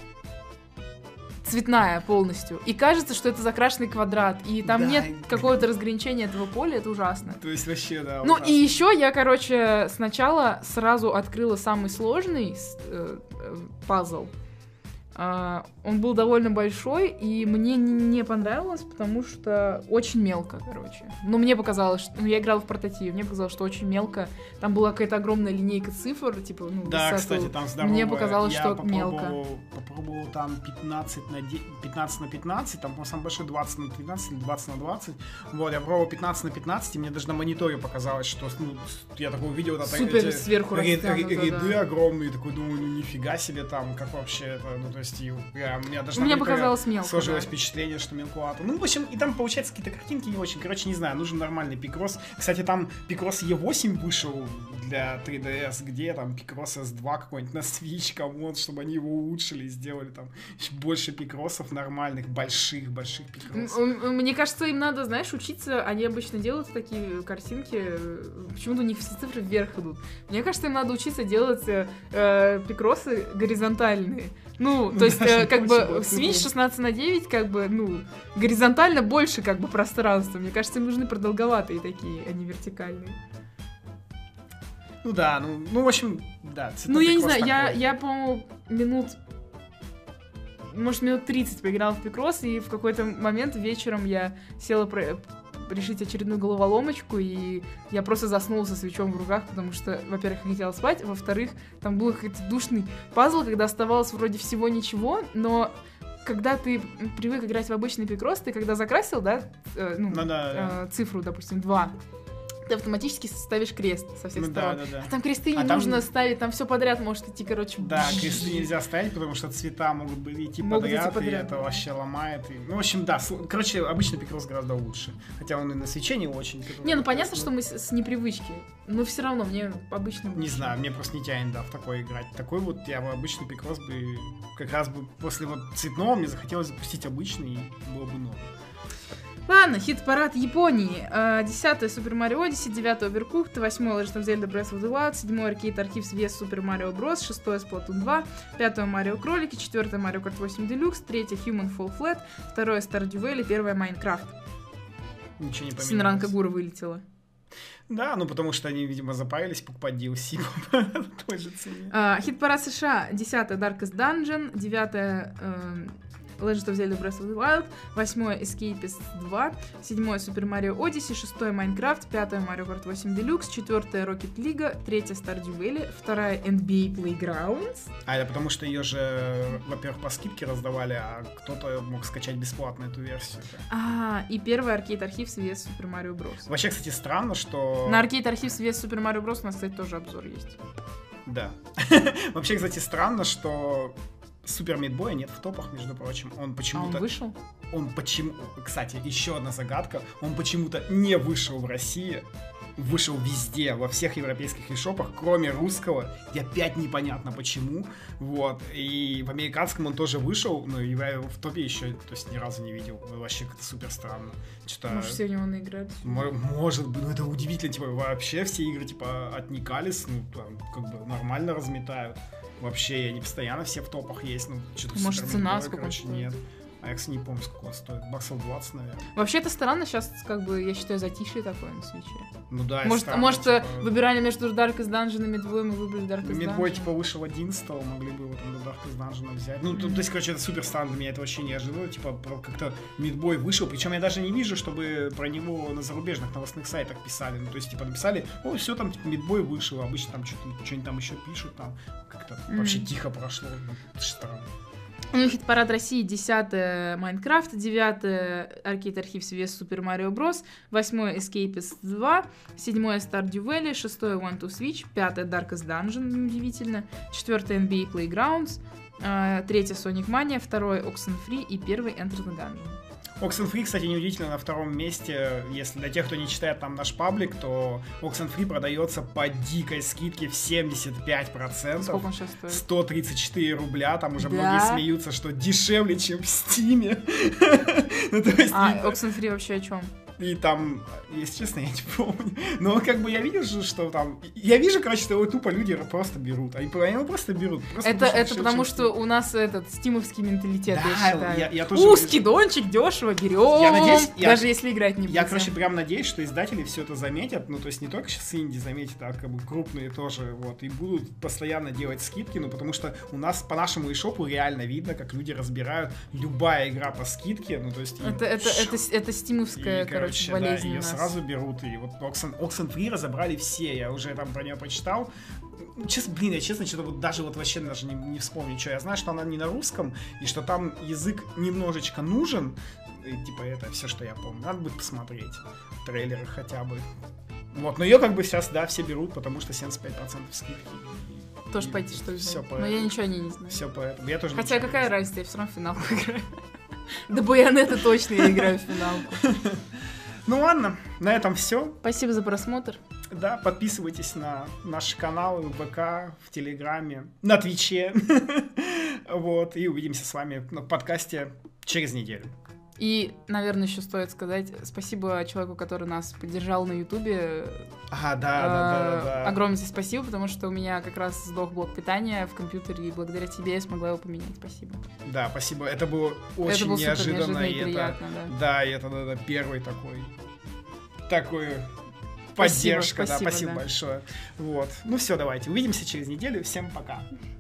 цветная полностью. И кажется, что это закрашенный квадрат. И там
да,
нет какого-то разграничения этого поля, это ужасно.
То есть вообще, да.
Ну
ужасно.
И еще я, короче, сначала сразу открыла самый сложный пазл. Он был довольно большой, и мне не понравилось, потому что очень мелко, короче. Ну, мне показалось, что... Ну, я играла в портативе, мне показалось, что очень мелко. Там была какая-то огромная линейка цифр, типа, ну,
да,
высоту.
кстати, там здоровая.
Мне показалось, что мелко.
Попробовал там 15 на 15, там, по-моему, самый большой 20 на 13 или 20 на 20. Вот, я пробовал 15 на 15, и мне даже на мониторе показалось, что, ну, я такой увидел...
Супер сверху
ряды огромные, такой, думаю, ну, нифига себе там, как вообще это, ну, то есть, мне
показалось мелко.
Сложилось впечатление, что мелковато. Ну, в общем, и там, получается, какие-то картинки не очень. Короче, не знаю, нужен нормальный пикрос. Кстати, там пикрос E8 вышел для 3DS, где там пикрос S2 какой-нибудь на Switch, камон, чтобы они его улучшили и сделали там больше пикросов нормальных, больших пикросов.
Мне кажется, им надо, знаешь, учиться. Они обычно делают такие картинки, почему-то у них все цифры вверх идут. Мне кажется, им надо учиться делать пикросы горизонтальные. Ну, то есть, как бы, Switch 16:9, как бы, ну, горизонтально больше, как бы, пространства. Мне кажется, им нужны продолговатые такие, а не вертикальные.
Ну да, ну в общем, да.
Ну я не знаю, я по-моему, минут 30 поиграла в Пикросс, и в какой-то момент вечером я села решить очередную головоломочку, и я просто заснула со свечом в руках, потому что, во-первых, я хотела спать, во-вторых, там был какой-то душный пазл, когда оставалось вроде всего ничего, но когда ты привык играть в обычный Пикросс, ты когда закрасил, да, цифру, допустим, 2, ты автоматически ставишь крест со всех сторон.
Да.
А там кресты не нужно ставить, там все подряд может идти, короче.
Да, кресты нельзя ставить, потому что цвета могут идти подряд, и это вообще ломает. Ну, в общем, да, короче, обычно Пикросс гораздо лучше. Хотя он и на свече не очень.
Не, ну понятно, что мы с непривычки, но все равно мне обычно...
Не знаю, мне просто не тянет, да, в такой играть. Такой вот я бы обычный Пикросс бы, как раз бы после вот цветного мне захотелось запустить обычный, и было бы новый.
Ладно, хит-парад Японии. 10-й Super Mario Odyssey, 9-й Overcooked, 8-й Legend of Zelda Breath of the Wild, 7-й Arcade Archives vs Super Mario Bros, 6-й Splatoon 2, 5-й Mario Кролики, 4-й Mario Kart 8 Deluxe, 3-й Human Fall Flat, 2-й Stardew Valley, 1-й Minecraft.
Ничего не поменялось.
Синран Кагура вылетела.
Да, ну потому что они, видимо, запарились покупать DLC по той же цене.
Хит-парад США. 10-й Darkest Dungeon, 9-й Legend of Zelda Breath of the Wild, 8-й Escapist 2, 7-й Super Mario Odyssey, 6-й Minecraft, 5-й Mario Kart 8 Deluxe, 4-й Rocket League, 3-й Stardew Valley, 2-й NBA Playgrounds.
Это потому что ее же, во-первых, по скидке раздавали, а кто-то мог скачать бесплатно эту версию.
И 1-й Arcade Archives vs Super Mario Bros.
Вообще, кстати, странно, что...
На Arcade Archives vs Super Mario Bros. У нас, кстати, тоже обзор есть.
Да. Вообще, кстати, странно, что Супер Мидбоя нет в топах, между прочим. Он почему-то...
он вышел?
Кстати, еще одна загадка. Он почему-то не вышел в России. Вышел везде, во всех европейских eShop'ах, кроме русского. И опять непонятно почему. Вот. И в американском он тоже вышел, но я его в топе еще, то есть, ни разу не видел. Вообще как-то супер странно.
Может, все в него наиграли?
Может быть, ну это удивительно. Типа, вообще все игры, типа, от Никалис, ну, там, как бы нормально разметают. Вообще, они постоянно все в топах есть. Ну, что-то
может, цена сколько стоит?
Нет. А я, кстати, не помню, сколько он стоит. Баксов 20, наверное.
Вообще, это странно. Сейчас, как бы, я считаю, затишье такое на свече.
Ну да,
может, типа... выбирали между Darkest Dungeon и Midway, мы выбрали Darkest Dungeon.
Midway, типа, вышел 11-го, могли бы его там до Darkest Dungeon взять. Ну, то есть, короче, это супер странно, для меня это вообще неожиданно. Типа, как-то Midway вышел, причем я даже не вижу, чтобы про него на зарубежных новостных сайтах писали. Ну, то есть, типа, написали, все, там, типа, Midway вышел, обычно там что-нибудь там еще пишут, там, как-то вообще тихо прошло. Это же странно.
Ну, хит-парад России: 10-й Minecraft, 9-й Arcade Archives vs Super Mario Bros, 8-й Escapist 2, 7-й Stardew Valley, 6-й One to Switch, 5-й Darkest Dungeon, неудивительно, 4-й NBA Playgrounds, 3-й Sonic Mania, 2-й Oxenfree и 1-й Enter the Gungeon.
Oxenfree, кстати, неудивительно, на втором месте. Если для тех, кто не читает там наш паблик, то Oxenfree продается по дикой скидке в 75%.
Сколько он сейчас стоит?
134 рубля. Там уже многие смеются, что дешевле, чем в Стиме.
Oxenfree вообще о чем?
И там, если честно, я не помню. Но как бы я видел же, что там... Я вижу, короче, что его тупо люди просто берут. Они его просто берут.
Это потому, что у нас этот стимовский менталитет,
я считаю. Я тоже
скидончик, дешево, берем. Я надеюсь, даже если играть не будем.
Я, короче, прям надеюсь, что издатели все это заметят. Ну, то есть не только сейчас инди заметят, а как бы крупные тоже. Вот. И будут постоянно делать скидки. Ну, потому что у нас по нашему eShop'у реально видно, как люди разбирают любая игра по скидке. Ну, то есть...
Это стимовская, короче,
да, ее сразу берут. И вот Oxenfree разобрали все. Я уже там про нее почитал. Я честно, что-то вот даже не вспомню, что. Я знаю, что она не на русском, и что там язык немножечко нужен. И, типа, это все, что я помню. Надо будет посмотреть трейлеры хотя бы. Вот, но ее как бы сейчас, да, все берут, потому что 75% скидки.
Тоже пойти, что ли? Но я ничего не знаю.
Все поэтому. Я тоже.
Хотя какая разница, я все равно в финалку играю. До Байонета точно я играю в финалку.
Ну ладно, на этом все.
Спасибо за просмотр.
Да, подписывайтесь на наши каналы в ВК, в Телеграме, на Твиче. Вот, и увидимся с вами на подкасте через неделю.
И, наверное, еще стоит сказать спасибо человеку, который нас поддержал на Ютубе.
Да.
Огромное тебе спасибо, потому что у меня как раз сдох блок питания в компьютере, и благодаря тебе я смогла его поменять. Спасибо.
Да, спасибо. Это было очень неожиданно.
И приятно,
да. Да, и это первый такой поддержка,
спасибо,
спасибо
да.
большое. Вот. Ну все, давайте, увидимся через неделю. Всем пока.